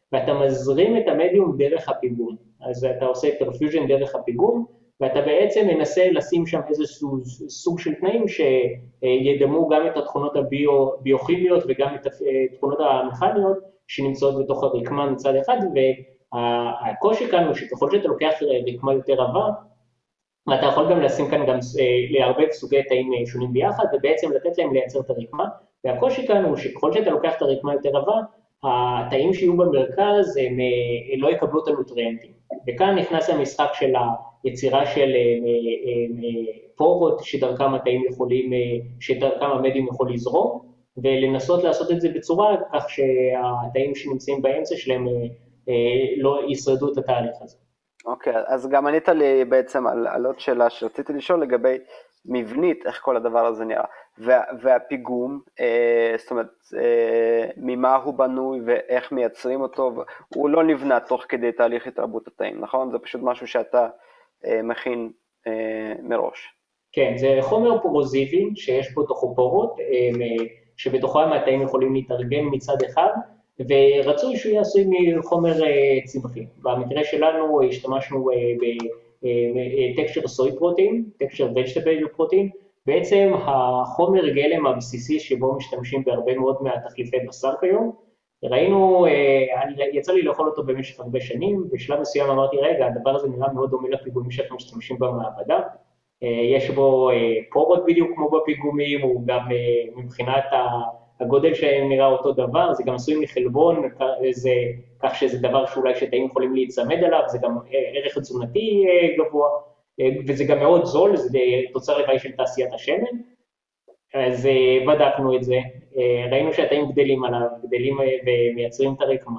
ואתה מזרים את המדיום דרך הפיגום. אז אתה עושה פרפיוז'ן דרך הפיגום, ואתה בעצם מנסה לשים שם איזשהו סוג של תנאים שידמו גם את התכונות הביוכימיות וגם את התכונות המכניות שנמצאות בתוך הרקמה מצד אחד, והקושי כאן הוא שככל שאתה לוקח רקמה יותר עבה, ואתה יכול גם לשים כאן גם להרבה סוגי תאים שונים ביחד, ובעצם לתת להם לייצר את הרקמה, והקושי כאן הוא שככל שאתה לוקח את הרקמה יותר עבה, התאים שיהיו במרכז הם לא יקבלו את הנוטריאנטים. וכאן נכנס המשחק של היצירה של פורות שדרכם התאים יכולים, שדרכם המדיום יכול לזרום, ולנסות לעשות את זה בצורה כך שהתאים שנמצאים באמצע שלהם לא ישרדו את התהליך הזה. אוקיי, אז גם ענית לי בעצם על עוד שאלה שרציתי לשאול לגבי מבנית, איך כל הדבר הזה נראה, והפיגום, זאת אומרת, ממה הוא בנוי ואיך מייצרים אותו, הוא לא נבנה תוך כדי תהליך התרבות התאים, נכון? זה פשוט משהו שאתה מכין מראש. כן, זה חומר פורוזיבי שיש בו תוכו פורות, שבתוכם התאים יכולים להתארגן מצד אחד, ורצוי שהוא יעשוי מחומר צמחי. במקרה שלנו השתמשנו בטקסצ'ר סוי פרוטין, טקסצ'ר וג'טבל פרוטין, בעצם החומר גלם הבסיסי שבו משתמשים בהרבה מאוד מהתחליפי בשר כיום. ראינו, יצא לי לאכול אותו במשך הרבה שנים, בשלב מסוים אמרתי, רגע, הדבר הזה נראה מאוד דומה לפיגומים שאנחנו משתמשים במעבדה, יש בו פורות בדיוק כמו בפיגומים, הוא גם מבחינת הגודל שלהם נראה אותו דבר, זה גם עשוי מחלבון, כך שזה דבר שאולי שתאים יכולים להצמד עליו, זה גם ערך תזונתי גבוה, וזה גם מאוד זול, זה תוצר לוואי של תעשיית השמן, אז בדקנו את זה, ראינו שהתאים גדלים עליו, גדלים ומייצרים את הרקמה,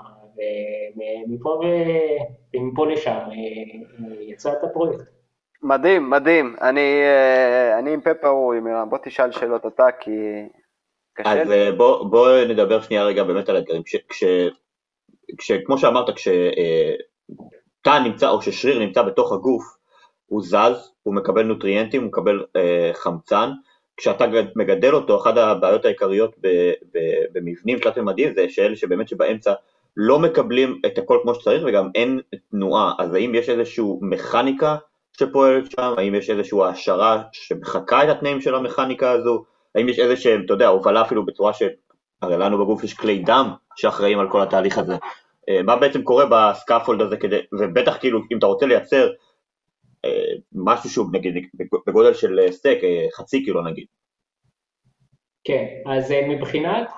ומפה לשם יצא את הפרויקט. מדהים, מדהים, אני עם פה פעור, בוא תשאל שאלות אתה, כי קשה. אז בוא נדבר שנייה רגע באמת על האתגרים, כמו שאמרת, כשתא נמצא או ששריר נמצא בתוך הגוף, הוא זז, הוא מקבל נוטריאנטים, הוא מקבל חמצן, כשאתה מגדל אותו, אחת הבעיות העיקריות במבנים תלת-ממדיים זה שאלה שבאמת שבאמצע לא מקבלים את הכל כמו שצריך וגם אין תנועה, אז האם יש איזושהי מכניקה שפועלת שם, האם יש איזושהי העשרה שמחקה את התנאים של המכניקה הזו, האם יש איזושהי, אתה יודע, הובלה אפילו בצורה הרי לנו בגוף יש כלי דם שאחראים על כל התהליך הזה, מה בעצם קורה בסקאפולד הזה כדי, ובטח כאילו אם אתה רוצה לייצר משהו שהוא נגיד בגודל של סטייק, חצי קילו נגיד. כן, אז מבחינת,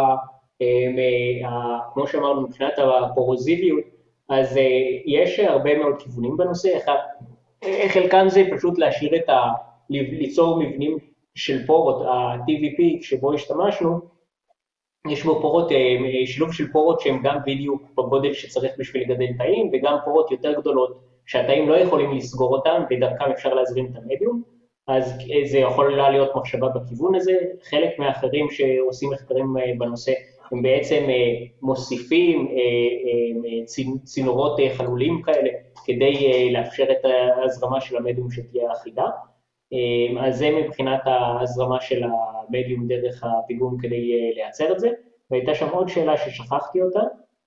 כמו שאמרנו, מבחינת הפורוזיביות, אז יש הרבה מאוד כיוונים בנושא, חלקם זה פשוט להשאיר ליצור מבנים של פורות, ה-TVP שבו השתמשנו, יש בו פורות, שילוב של פורות שהם גם בדיוק בגודל שצריך בשביל לגדל תאים, וגם פורות יותר גדולות שהתאים לא יכולים לסגור אותם, ודרכם אפשר להזרים את המדיום, אז זה יכול להיות מחשבה בכיוון הזה. חלק מהאחרים שעושים מחקרים בנושא, הם בעצם מוסיפים צינורות חלולים כאלה, כדי לאפשר את ההזרמה של המדיום שתהיה אחידה. אז זה מבחינת ההזרמה של המדיום דרך הפיגום כדי לייצר את זה, והייתה שם עוד שאלה ששכחתי אותה.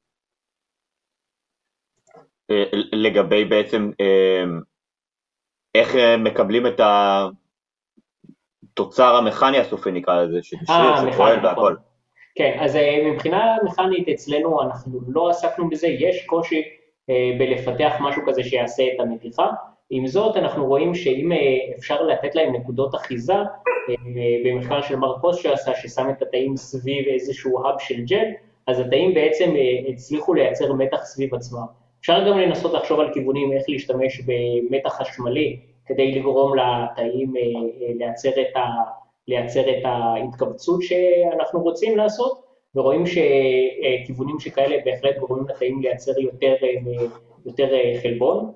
לגבי בעצם איך מקבלים את התוצר המכני הסופי נקרא לזה, שפועל והכל. כן, אז מבחינה מכנית אצלנו אנחנו לא עסקנו בזה, יש קושי בלפתח משהו כזה שיעשה את המתיחה, עם זאת אנחנו רואים שאם אפשר לתת להם נקודות אחיזה, במחקר של מרקוס שעשה ששם את התאים סביב איזשהו האב של ג'ל, אז התאים בעצם הצליחו לייצר מתח סביב עצמם. אפשר גם לנסות לחשוב על כיוונים איך להשתמש במתח חשמלי, כדי לגרום לתאים לייצר את ההתכווצות שאנחנו רוצים לעשות, ורואים שכיוונים שכאלה בהחלט גורמים לתאים לייצר יותר חלבון,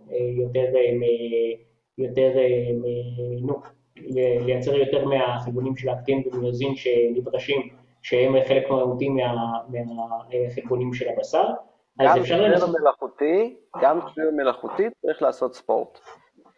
לייצר יותר מהחלבונים של האקטין ומיוזין שנדרשים, שהם חלק מהותי מהחלבונים של הבשר. גם שריר מלאכותי צריך לעשות ספורט.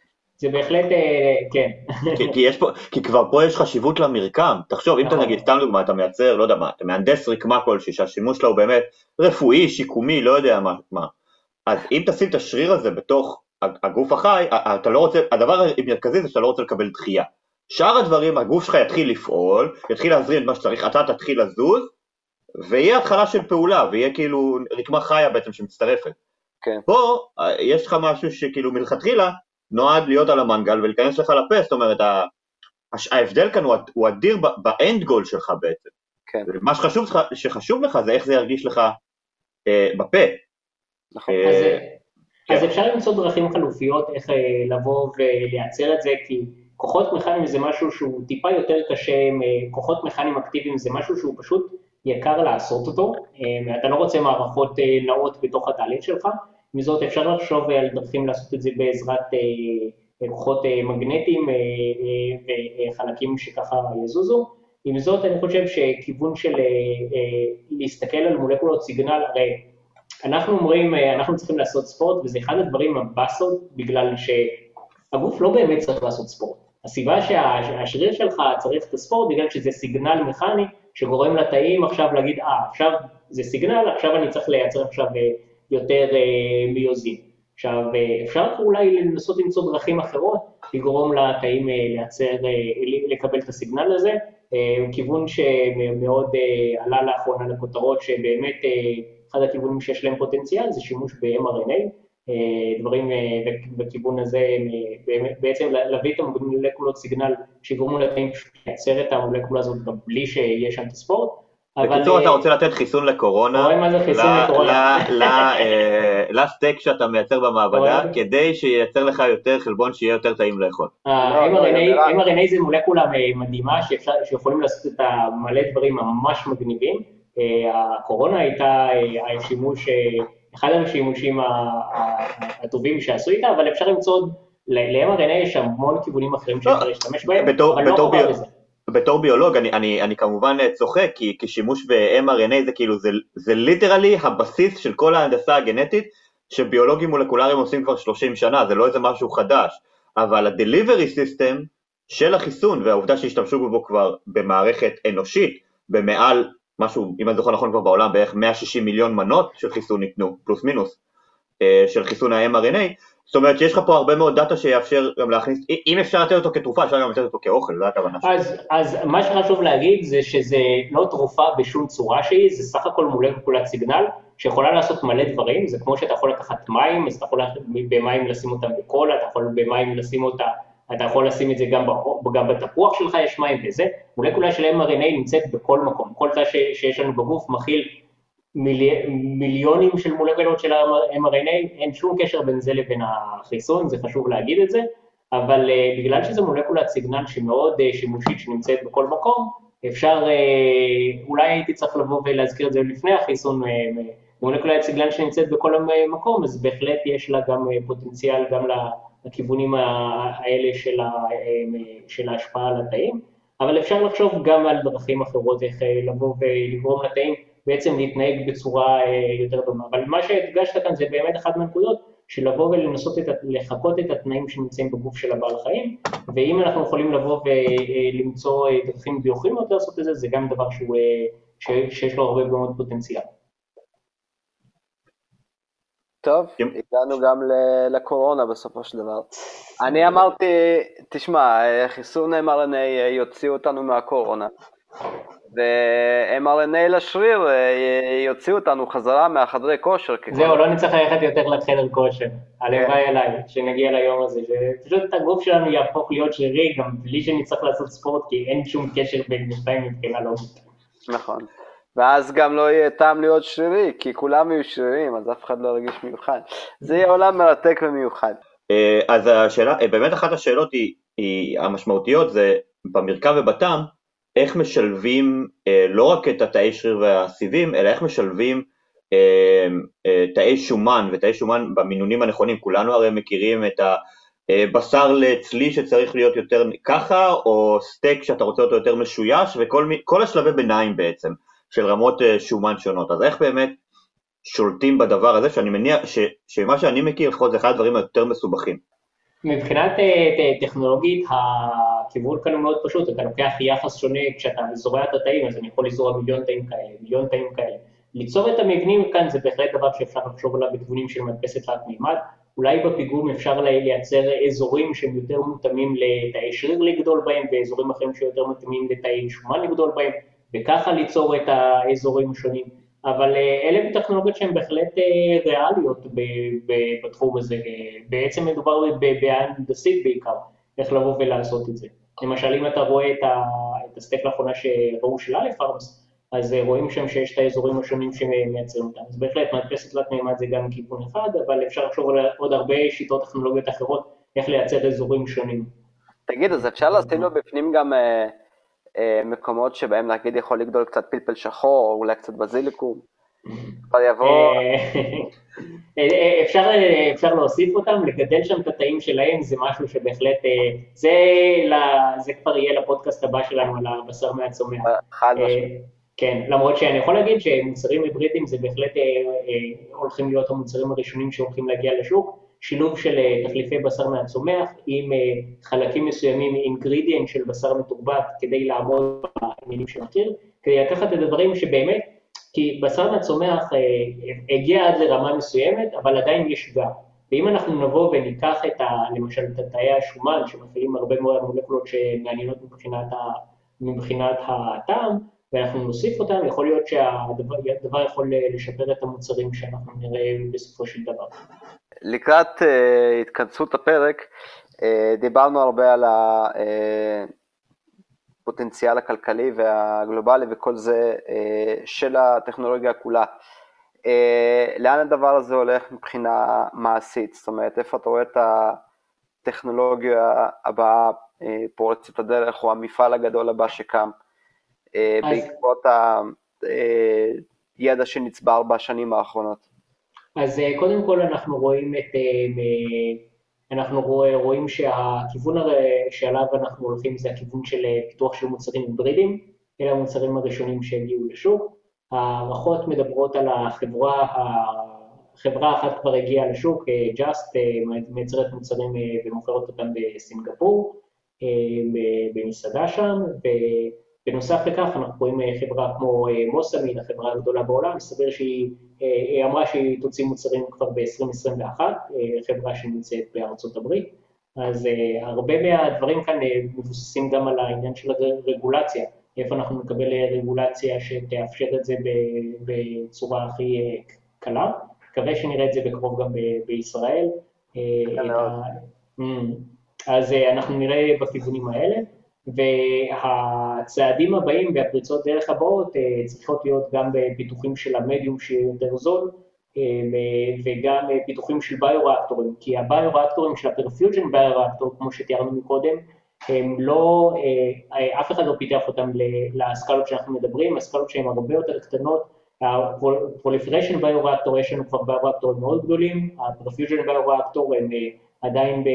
זה בהחלט, כן. כי כבר פה יש חשיבות למרקם. תחשוב, אם אתה נגיד, סתם דוגמה, אתה מייצר, לא יודע מה, אתה מהנדס רקמה כלשהי, שהשימוש שלה הוא באמת רפואי, שיקומי, לא יודע מה. אז אם תשים את השריר הזה בתוך הגוף החי, אתה לא רוצה, הדבר המרכזי זה שאתה לא רוצה לקבל דחייה. שאר הדברים, הגוף שלך יתחיל לפעול, יתחיל להזרים את מה שצריך, אתה תתחיל לזוז, ויהיה התחלה של פעולה, ויהיה כאילו רקמה חיה בעצם שמצטרפת. כן. פה יש לך משהו שכאילו מלכתחילה נועד להיות על המנגל ולהיכנס לך לפה, זאת אומרת, ההבדל כאן הוא אדיר באנד גול שלך בעצם. כן. מה שחשוב לך זה איך זה ירגיש לך בפה. נכון. אז אפשר למצוא דרכים חלופיות איך לבוא ולייצר את זה, כי כוחות מכניים זה משהו שהוא טיפה יותר קשה, כוחות מכניים אקטיביים זה משהו שהוא פשוט יקר לעשות אותו, אתה לא רוצה מערכות נאות בתוך התהליך שלך, מזאת אפשר לחשוב על דרכים לעשות את זה בעזרת כוחות מגנטיים וחלקים שככה יזוזו, עם זאת אני חושב שכיוון של להסתכל על מולקולות סיגנל, הרי אנחנו אומרים, אנחנו צריכים לעשות ספורט, וזה אחד הדברים הבאסות, בגלל שהגוף לא באמת צריך לעשות ספורט. הסיבה שהשריר שלך צריך את הספורט, בגלל שזה סיגנל מכני, שגורם לתאים עכשיו להגיד, עכשיו זה סיגנל, עכשיו אני צריך לייצר עכשיו יותר מיוזין. עכשיו, אפשר אולי לנסות למצוא דרכים אחרות, לגרום לתאים לקבל את הסיגנל הזה, כיוון שמאוד עלה לאחרונה לכותרות, שבאמת אחד הכיוונים שיש להם פוטנציאל זה שימוש ב-mRNA, דברים בכיוון הזה, בעצם להביא את המולקולות סיגנל שיגרמו לתאים לייצר את המולקולה הזאת בלי שיש שם את הספורט. בקיצור, אתה רוצה לתת חיסון לקורונה, לסטייק שאתה מייצר במעבדה, כדי שייצר לך יותר חלבון שיהיה יותר טעים לאכול. mRNA זה מולקולה מדהימה שיכולים לעשות את מלא דברים ממש מגניבים. הקורונה הייתה אחד השימושים הטובים שעשו איתה, אבל אפשר למצוא, ל-mRNA יש המון כיוונים אחרים שאפשר להשתמש בהם, אבל לא קורה בזה. בתור ביולוג אני כמובן צוחק, כי שימוש ב-mRNA זה כאילו, זה ליטרלי הבסיס של כל ההנדסה הגנטית, שביולוגים מולקולריים עושים כבר 30 שנה, זה לא איזה משהו חדש, אבל ה-delivery system של החיסון, והעובדה שהשתמשו בו כבר במערכת אנושית, במעל משהו, אם אני זוכר נכון כבר בעולם, בערך 160 מיליון מנות של חיסון ניתנו, פלוס מינוס, של חיסון ה-mRNA, זאת אומרת שיש לך פה הרבה מאוד דאטה שיאפשר גם להכניס, אם אפשר לתת אותו כתרופה, אפשר גם לתת אותו כאוכל, זה הכוונה שלי. אז מה שחשוב להגיד זה שזה לא תרופה בשום צורה שהיא, זה סך הכל מולקולת סיגנל, שיכולה לעשות מלא דברים, זה כמו שאתה יכול לקחת מים, אז אתה יכול במים לשים אותם בקולה, אתה יכול במים לשים אותה, אתה יכול לשים את זה גם בתפוח שלך יש מים וזה, מולקולה של mRNA נמצאת בכל מקום, כל תא שיש לנו בגוף מכיל מיליונים של מולקולות של mRNA, אין שום קשר בין זה לבין החיסון, זה חשוב להגיד את זה, אבל בגלל שזה מולקולת סיגנל שמאוד שימושית שנמצאת בכל מקום, אפשר, אולי הייתי צריך לבוא ולהזכיר את זה לפני החיסון, מולקולת סיגנל שנמצאת בכל מקום, אז בהחלט יש לה גם פוטנציאל גם לכיוונים האלה של ההשפעה על התאים, אבל אפשר לחשוב גם על דרכים אחרות, איך לבוא ולגרום לתאים, בעצם להתנהג בצורה יותר דומה, אבל מה שהדגשת כאן זה באמת אחת מהנקודות, של לבוא ולנסות לחכות את התנאים שנמצאים בגוף של הבעל חיים, ואם אנחנו יכולים לבוא ולמצוא דרכים ביוכימיות לעשות את זה, זה גם דבר שיש לו הרבה מאוד פוטנציאל. טוב, הגענו גם לקורונה בסופו של דבר. אני אמרתי, תשמע, חיסון mRNA יוציאו אותנו מהקורונה, ו-mRNA לשריר יוציאו אותנו חזרה מהחדרי כושר. זהו, לא נצטרך ללכת יותר לחדר כושר, הלוואי אליי, שנגיע ליום הזה, שפשוט הגוף שלנו יהפוך להיות שרירי, גם בלי שנצטרך לעשות ספורט, כי אין שום קשר בין שתיים מבחינה לוגית. נכון, ואז גם לא יהיה טעם להיות שרירי, כי כולם יהיו שרירים, אז אף אחד לא ירגיש מיוחד. זה יהיה עולם מרתק ומיוחד. אז השאלה, באמת אחת השאלות המשמעותיות זה במרכב ובטעם, איך משלבים לא רק את התאי שריר והסיבים, אלא איך משלבים תאי שומן ותאי שומן במינונים הנכונים. כולנו הרי מכירים את הבשר לצלי שצריך להיות יותר ככה, או סטייק שאתה רוצה אותו יותר משויש, וכל השלבי ביניים בעצם של רמות שומן שונות. אז איך באמת שולטים בדבר הזה, שאני מניח שמה שאני מכיר, לפחות זה אחד הדברים היותר מסובכים. מבחינת טכנולוגית, הכיוון כאן הוא מאוד פשוט, אתה לוקח יחס שונה, כשאתה זורע את התאים, אז אני יכול לזרוע מיליון תאים כאלה. ליצור את המבנים כאן זה בהחלט דבר שאפשר לחשוב עליו בכיוונים של מדפסת תלת מימד, אולי בפיגום אפשר לייצר אזורים שהם יותר מותאמים לתאי שריר לגדול בהם, ואזורים אחרים שיותר מתאימים לתאי שומן לגדול בהם, וככה ליצור את האזורים השונים. אבל אלה טכנולוגיות שהן בהחלט ריאליות בתחום הזה, בעצם מדובר בהנדסית בעיקר, איך לבוא ולעשות את זה. למשל, אם אתה רואה את הסטייק לאחרונה שראו של א' פארמס, אז רואים שם שיש את האזורים השונים שמייצרים אותם. אז בהחלט, מדפסת תלת מימד זה גם כיוון אחד, אבל אפשר לחשוב על עוד הרבה שיטות טכנולוגיות אחרות, איך לייצר אזורים שונים. תגיד, אז אפשר לשים לו בפנים גם מקומות שבהם נגיד יכול לגדול קצת פלפל שחור, או אולי קצת בזיליקום, אבל יבוא... אפשר להוסיף אותם, לגדל שם את התאים שלהם, זה משהו שבהחלט, זה כבר יהיה לפודקאסט הבא שלנו על הבשר מהצומח. חד משמעית. כן, למרות שאני יכול להגיד שמוצרים היברידיים זה בהחלט הולכים להיות המוצרים הראשונים שהולכים להגיע לשוק, שילוב של תחליפי בשר מהצומח עם חלקים מסוימים, אינגרידיאנט של בשר מתורבת כדי לעמוד בעניינים של מחיר, כדי לקחת את הדברים שבאמת, כי בשר מהצומח הגיע עד לרמה מסוימת, אבל עדיין יש גב. ואם אנחנו נבוא וניקח למשל את תאי השומן, שמפעילים הרבה מאוד מולקולות שמעניינות מבחינת הטעם, ואנחנו נוסיף אותם, יכול להיות שהדבר יכול לשפר את המוצרים שאנחנו נראה בסופו של דבר. לקראת התכנסות הפרק, דיברנו הרבה על הפוטנציאל הכלכלי והגלובלי וכל זה של הטכנולוגיה כולה. לאן הדבר הזה הולך מבחינה מעשית? זאת אומרת, איפה אתה רואה את הטכנולוגיה הבאה פורצת הדרך, או המפעל הגדול הבא שקם, בעקבות הידע שנצבר בשנים האחרונות? אז קודם כל אנחנו רואים שהכיוון שעליו אנחנו הולכים זה הכיוון של פיתוח של מוצרים היברידיים, אלה המוצרים הראשונים שהגיעו לשוק. הערכות מדברות על חברה אחת כבר הגיעה לשוק, Just, מייצרת מוצרים ומוכרת אותם בסינגפור, במסעדה שם, בנוסף לכך אנחנו רואים חברה כמו מוסאמין, החברה הגדולה בעולם, מסתבר שהיא אמרה שהיא תוציא מוצרים כבר ב-2021, חברה שנמצאת בארצות הברית, אז הרבה מהדברים כאן מבוססים גם על העניין של הרגולציה, איפה אנחנו נקבל רגולציה שתאפשר את זה בצורה הכי קלה, מקווה שנראה את זה בקרוב גם בישראל, אז אנחנו נראה בכיוונים האלה, והצעדים הבאים והפריצות דרך הבאות צריכות להיות גם בפיתוחים של המדיום שיהיה יותר זול, וגם פיתוחים של ביוראקטורים, כי הביוראקטורים של הפרפיוז'ן ביוראקטור, כמו שתיארנו מקודם, הם לא, אף אחד לא פיתח אותם לסקלות שאנחנו מדברים, הסקלות שהן הרבה יותר קטנות, הפרוליפריישן ביוראקטור, יש לנו כבר ביוראקטורים מאוד גדולים, הפרפיוז'ן ביוראקטור הם עדיין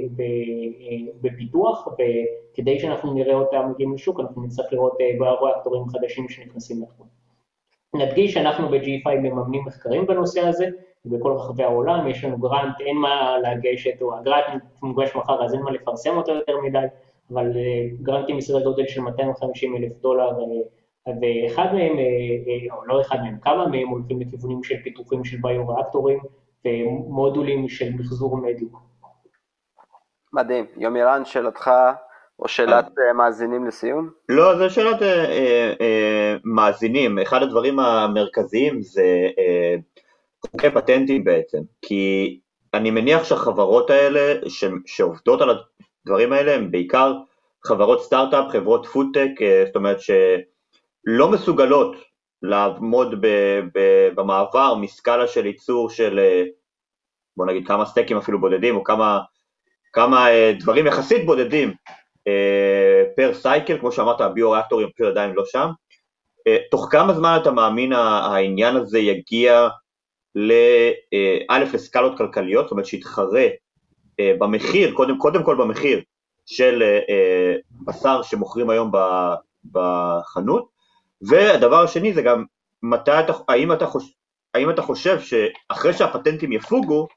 בפיתוח, וכדי שאנחנו נראה אותם מגיעים לשוק, אנחנו נצטרך לראות ביוראקטורים חדשים שנכנסים לתחום. נדגיש שאנחנו ב-G5 מממנים מחקרים בנושא הזה, בכל רחבי העולם, יש לנו גרנט, אין מה להגשת, או הגרנט מוגש מחר, אז אין מה לפרסם אותו יותר מדי, אבל גרנטים בסדר גודל של $250,000, ואחד מהם, או לא אחד מהם, כמה מהם הולכים לכיוונים של פיתוחים של ביוראקטורים, ומודולים של מחזור מדיום. מדהים. יומירן, שאלתך או שאלת מאזינים לסיום? לא, זה שאלת מאזינים. אחד הדברים המרכזיים זה חוקי פטנטים בעצם, כי אני מניח שהחברות האלה שעובדות על הדברים האלה הם בעיקר חברות סטארט-אפ, חברות פודטק, זאת אומרת שלא מסוגלות לעמוד במעבר מסקאלה של ייצור של, בוא נגיד, כמה סטייקים אפילו בודדים, או כמה דברים יחסית בודדים פר סייקל, כמו שאמרת, הביוראקטורים פשוט עדיין לא שם. תוך כמה זמן אתה מאמין העניין הזה יגיע לסקלות כלכליות, זאת אומרת שיתחרה במחיר, קודם כל במחיר של בשר שמוכרים היום בחנות, והדבר השני זה גם, האם אתה חושב שאחרי שהפטנטים יפוגו,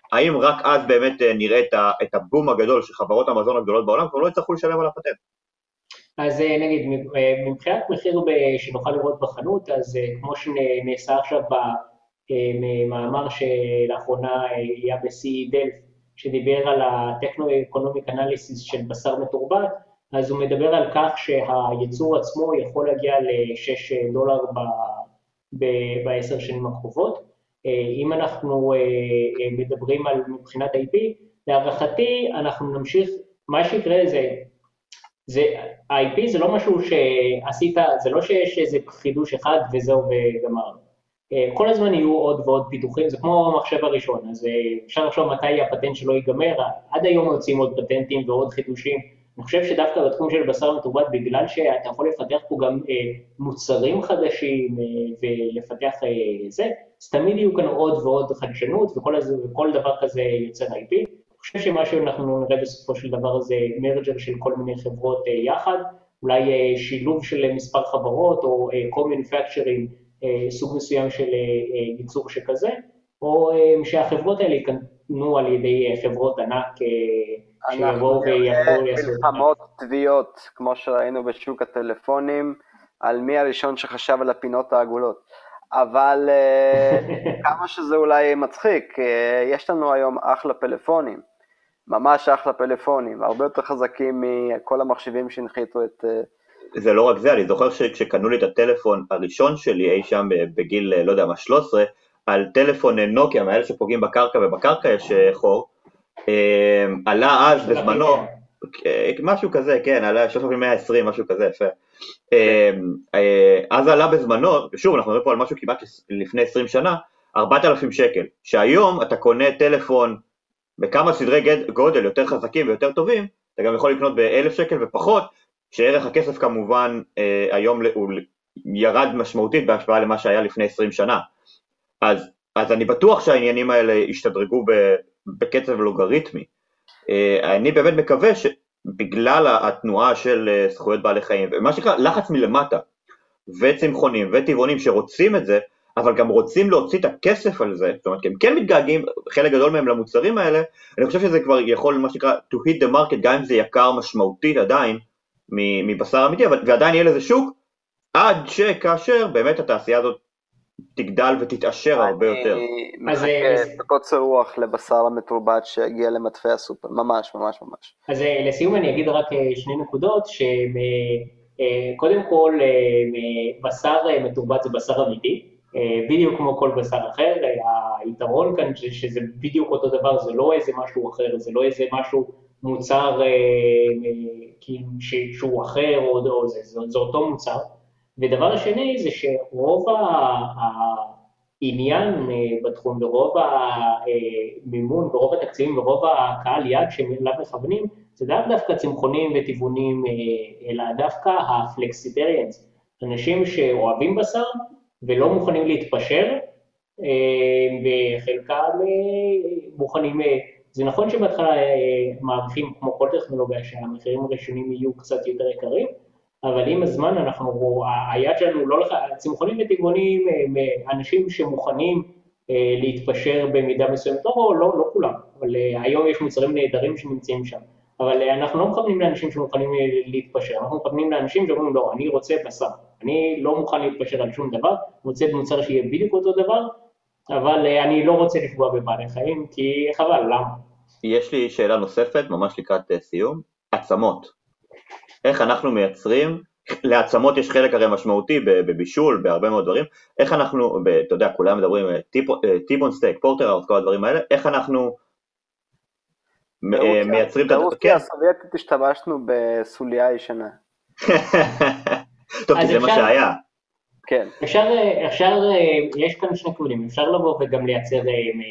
האם רק אז באמת נראה את הבום הגדול של חברות המזון הגדולות בעולם, כבר לא יצטרכו לשלם על הפטנט? אז נגיד, מבחינת מחיר שנוכל לראות בחנות, אז כמו שנעשה עכשיו במאמר שלאחרונה היה ב-CE Delft, שדיבר על ה-Techno-Economic Analysis של בשר מתורבת, אז הוא מדבר על כך שהייצור עצמו יכול להגיע $6 ב10 שנים הקרובות. אם אנחנו מדברים על מבחינת IP, להערכתי אנחנו נמשיך, מה שיקרה זה ה-IP זה לא משהו שעשית, זה לא שיש איזה חידוש אחד וזהו וגמר. כל הזמן יהיו עוד ועוד פיתוחים, זה כמו המחשב הראשון, אז אפשר לחשוב מתי הפטנט שלו ייגמר, עד היום יוצאים עוד פטנטים ועוד חידושים. אני חושב שדווקא בתחום של בשר מתורבת, בגלל שאתה יכול לפתח פה גם מוצרים חדשים ולפתח זה, אז תמיד יהיו כאן עוד ועוד חדשנות, וכל דבר כזה יוצר IP. אני חושב שמה שאנחנו נראה בסופו של דבר זה מרג'ר של כל מיני חברות יחד, אולי שילוב של מספר חברות או co-manufacturing, סוג מסוים של ייצור שכזה, או שהחברות האלה יקנו על ידי חברות ענק שיבואו ויכולו לעשות. מלחמות תביעות, כמו שראינו בשוק הטלפונים, על מי הראשון שחשב על הפינות העגולות. אבל כמה שזה אולי מצחיק, יש לנו היום אחלה פלאפונים, ממש אחלה פלאפונים, הרבה יותר חזקים מכל המחשבים שהנחיתו את... זה לא רק זה, אני זוכר שכשקנו לי את הטלפון הראשון שלי, אי שם בגיל, לא יודע מה, 13, על טלפון נוקיה, מאלה שפוגעים בקרקע, ובקרקע יש חור, עלה אז בזמנו, משהו כזה, כן, עלה 320, משהו כזה, יפה. אז עלה בזמנו, שוב, אנחנו מדברים פה על משהו כמעט לפני 20 שנה, 4,000 שקל, שהיום אתה קונה טלפון בכמה סדרי גודל יותר חזקים ויותר טובים, אתה גם יכול לקנות ב1,000 שקל ופחות, שערך הכסף כמובן היום הוא ירד משמעותית בהשוואה למה שהיה לפני 20 שנה. אז אני בטוח שהעניינים האלה ישתדרגו בקצב לוגריתמי. אני באמת מקווה שבגלל התנועה של זכויות בעלי חיים, ומה שנקרא לחץ מלמטה, וצמחונים וטבעונים שרוצים את זה, אבל גם רוצים להוציא את הכסף על זה, זאת אומרת, הם כן מתגעגעים, חלק גדול מהם למוצרים האלה, אני חושב שזה כבר יכול, מה שנקרא, to hit the market, גם אם זה יקר משמעותית עדיין, מבשר אמיתי, ועדיין יהיה לזה שוק, עד שכאשר באמת התעשייה הזאת תגדל ותתעשר הרבה יותר. אני מחכה בקוצר רוח לבשר המתורבת שהגיע למטפי הסופר, ממש ממש ממש. אז לסיום אני אגיד רק שני נקודות, שקודם כל בשר מתורבת זה בשר אמיתי, בדיוק כמו כל בשר אחר, היתרון כאן שזה בדיוק אותו דבר, זה לא איזה משהו אחר, זה לא איזה משהו מוצר שהוא אחר או זה אותו מוצר. ודבר שני זה שרוב העניין בתחום ורוב המימון ורוב התקציבים ורוב הקהל יד שאליו מכוונים, זה דווקא צמחונים וטבעונים, אלא דווקא הפלקסיטריאנס, אנשים שאוהבים בשר ולא מוכנים להתפשר, וחלקם מוכנים, זה נכון שבהתחלה מעריכים כמו כל טכנולוגיה שהמחירים הראשונים יהיו קצת יותר יקרים, אבל עם הזמן היד שלנו לא לך, צמחונים וטבעונים, אנשים שמוכנים להתפשר במידה מסוימת, לא כולם, אבל היום יש מוצרים נהדרים שנמצאים שם, אבל אנחנו לא מכוונים לאנשים שמוכנים להתפשר, אנחנו מכוונים לאנשים שאומרים לא, אני רוצה בשר, אני לא מוכן להתפשר על שום דבר, אני רוצה מוצר שיהיה בדיוק אותו דבר, אבל אני לא רוצה לפגוע בבעלי חיים, כי חבל, למה? יש לי שאלה נוספת, ממש לקראת סיום, עצמות. איך אנחנו מייצרים, לעצמות יש חלק הרי משמעותי בבישול, בהרבה מאוד דברים, איך אנחנו, אתה יודע, כולם מדברים, טיבון סטייק, פורטר, כל הדברים האלה, איך אנחנו מייצרים את... ברוסיה הסובייטית השתמשנו בסוליה ישנה. טוב, כי זה מה שהיה. כן. אפשר, יש כאן שני כיוונים, אפשר לבוא וגם לייצר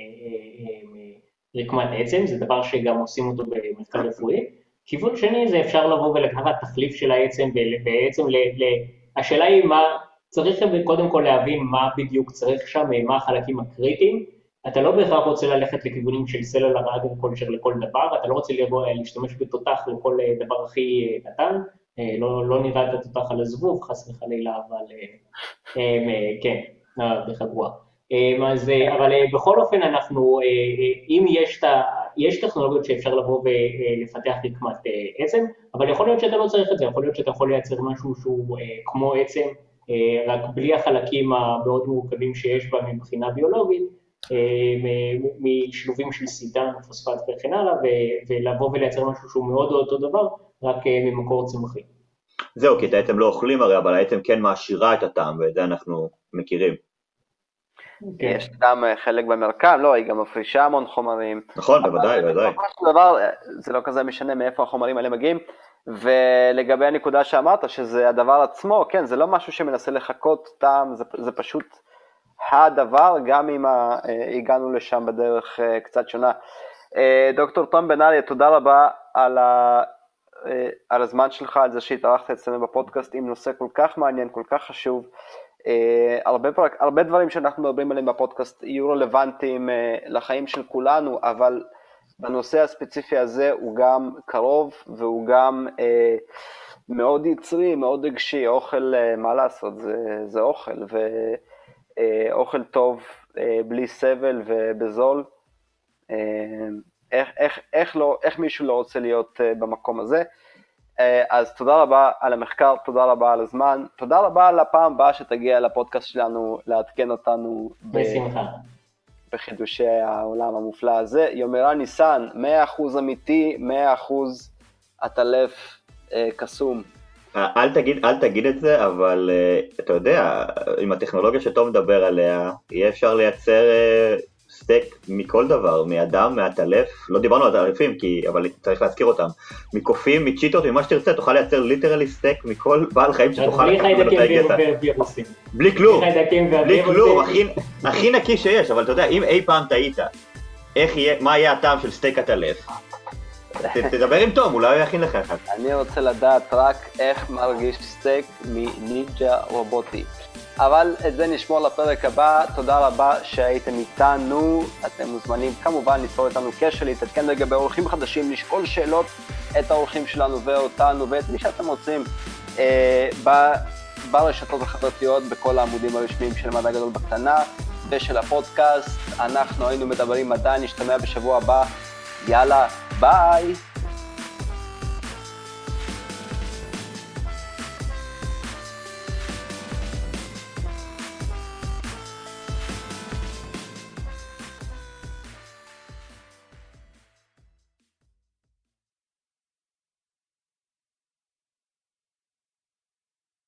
רקמת עצם, זה דבר שגם עושים אותו במחקר רפואי, כיוון שני זה אפשר לבוא ולקחת תחליף של העצם, ובעצם השאלה היא מה, צריך קודם כל להבין מה בדיוק צריך שם, מה החלקים הקריטיים, אתה לא בהכרח רוצה ללכת לכיוונים של סלולר אגריקולצ'ר לכל דבר, אתה לא רוצה להשתמש בתותח לכל דבר הכי קטן, לא נראה את התותח על הזבוב, חס וחלילה, אבל כן, בחגוע. אבל בכל אופן אנחנו, אם יש טכנולוגיות שאפשר לבוא ולפתח רקמת עצם, אבל יכול להיות שאתה לא צריך את זה, יכול להיות שאתה יכול לייצר משהו שהוא כמו עצם, רק בלי החלקים המאוד מורכבים שיש בה מבחינה ביולוגית, משלובים של סידן, פוספט וכן הלאה, ולבוא ולייצר משהו שהוא מאוד אותו דבר, רק ממקור צמחי. זהו, כי את העצם לא אוכלים הרי, אבל העצם כן מעשירה את הטעם, ואת זה אנחנו מכירים. יש גם חלק במרקם, לא, היא גם מפרישה המון חומרים. נכון, בוודאי. זה לא כזה משנה מאיפה החומרים האלה מגיעים, ולגבי הנקודה שאמרת, שזה הדבר עצמו, כן, זה לא משהו שמנסה לחכות טעם, זה פשוט הדבר, גם אם הגענו לשם בדרך קצת שונה. דוקטור תום בן אריה, תודה רבה על הזמן שלך, על זה שהתארחת אצלנו בפודקאסט עם נושא כל כך מעניין, כל כך חשוב. הרבה דברים שאנחנו מדברים עליהם בפודקאסט יהיו רלוונטיים לחיים של כולנו, אבל בנושא הספציפי הזה הוא גם קרוב, והוא גם מאוד יצרי, מאוד רגשי. אוכל, מה לעשות, זה אוכל, ואוכל טוב בלי סבל ובזול. איך מישהו לא רוצה להיות במקום הזה? אז תודה רבה על המחקר, תודה רבה על הזמן, תודה רבה על הפעם הבאה שתגיע לפודקאסט שלנו, לעדכן אותנו בחידושי העולם המופלא הזה. יומרן ניסן, 100% אמיתי, 100% עטלף קסום. אל תגיד את זה, אבל אתה יודע, עם הטכנולוגיה שתום מדבר עליה, יהיה אפשר לייצר סטייק מכל דבר, מאדם, מהטלף, לא דיברנו על טלפים, אבל צריך להזכיר אותם, מקופים, מצ'יטות, ממה שתרצה, תוכל לייצר ליטרלי סטייק מכל בעל חיים שתוכל לקחת ממנו את ההיגטה. בלי כלום, בלי כלום, הכי נקי שיש, אבל אתה יודע, אם אי פעם טעית, מה יהיה הטעם של סטייק הטלף? תדבר עם תום, אולי הוא יכין לך אחד. אני רוצה לדעת רק איך מרגיש סטייק מנינג'ה רובוטי. אבל את זה נשמור לפרק הבא. תודה רבה שהייתם איתנו. אתם מוזמנים כמובן ליצור איתנו קשר, להתעדכן לגבי אורחים חדשים, לשאול שאלות את האורחים שלנו ואותנו ואת מי שאתם רוצים ברשתות החברתיות, בכל העמודים הרשמיים של מדע גדול בקטנה ושל הפודקאסט. אנחנו היינו מדברים מדע, נשתמע בשבוע הבא. יאללה, ביי.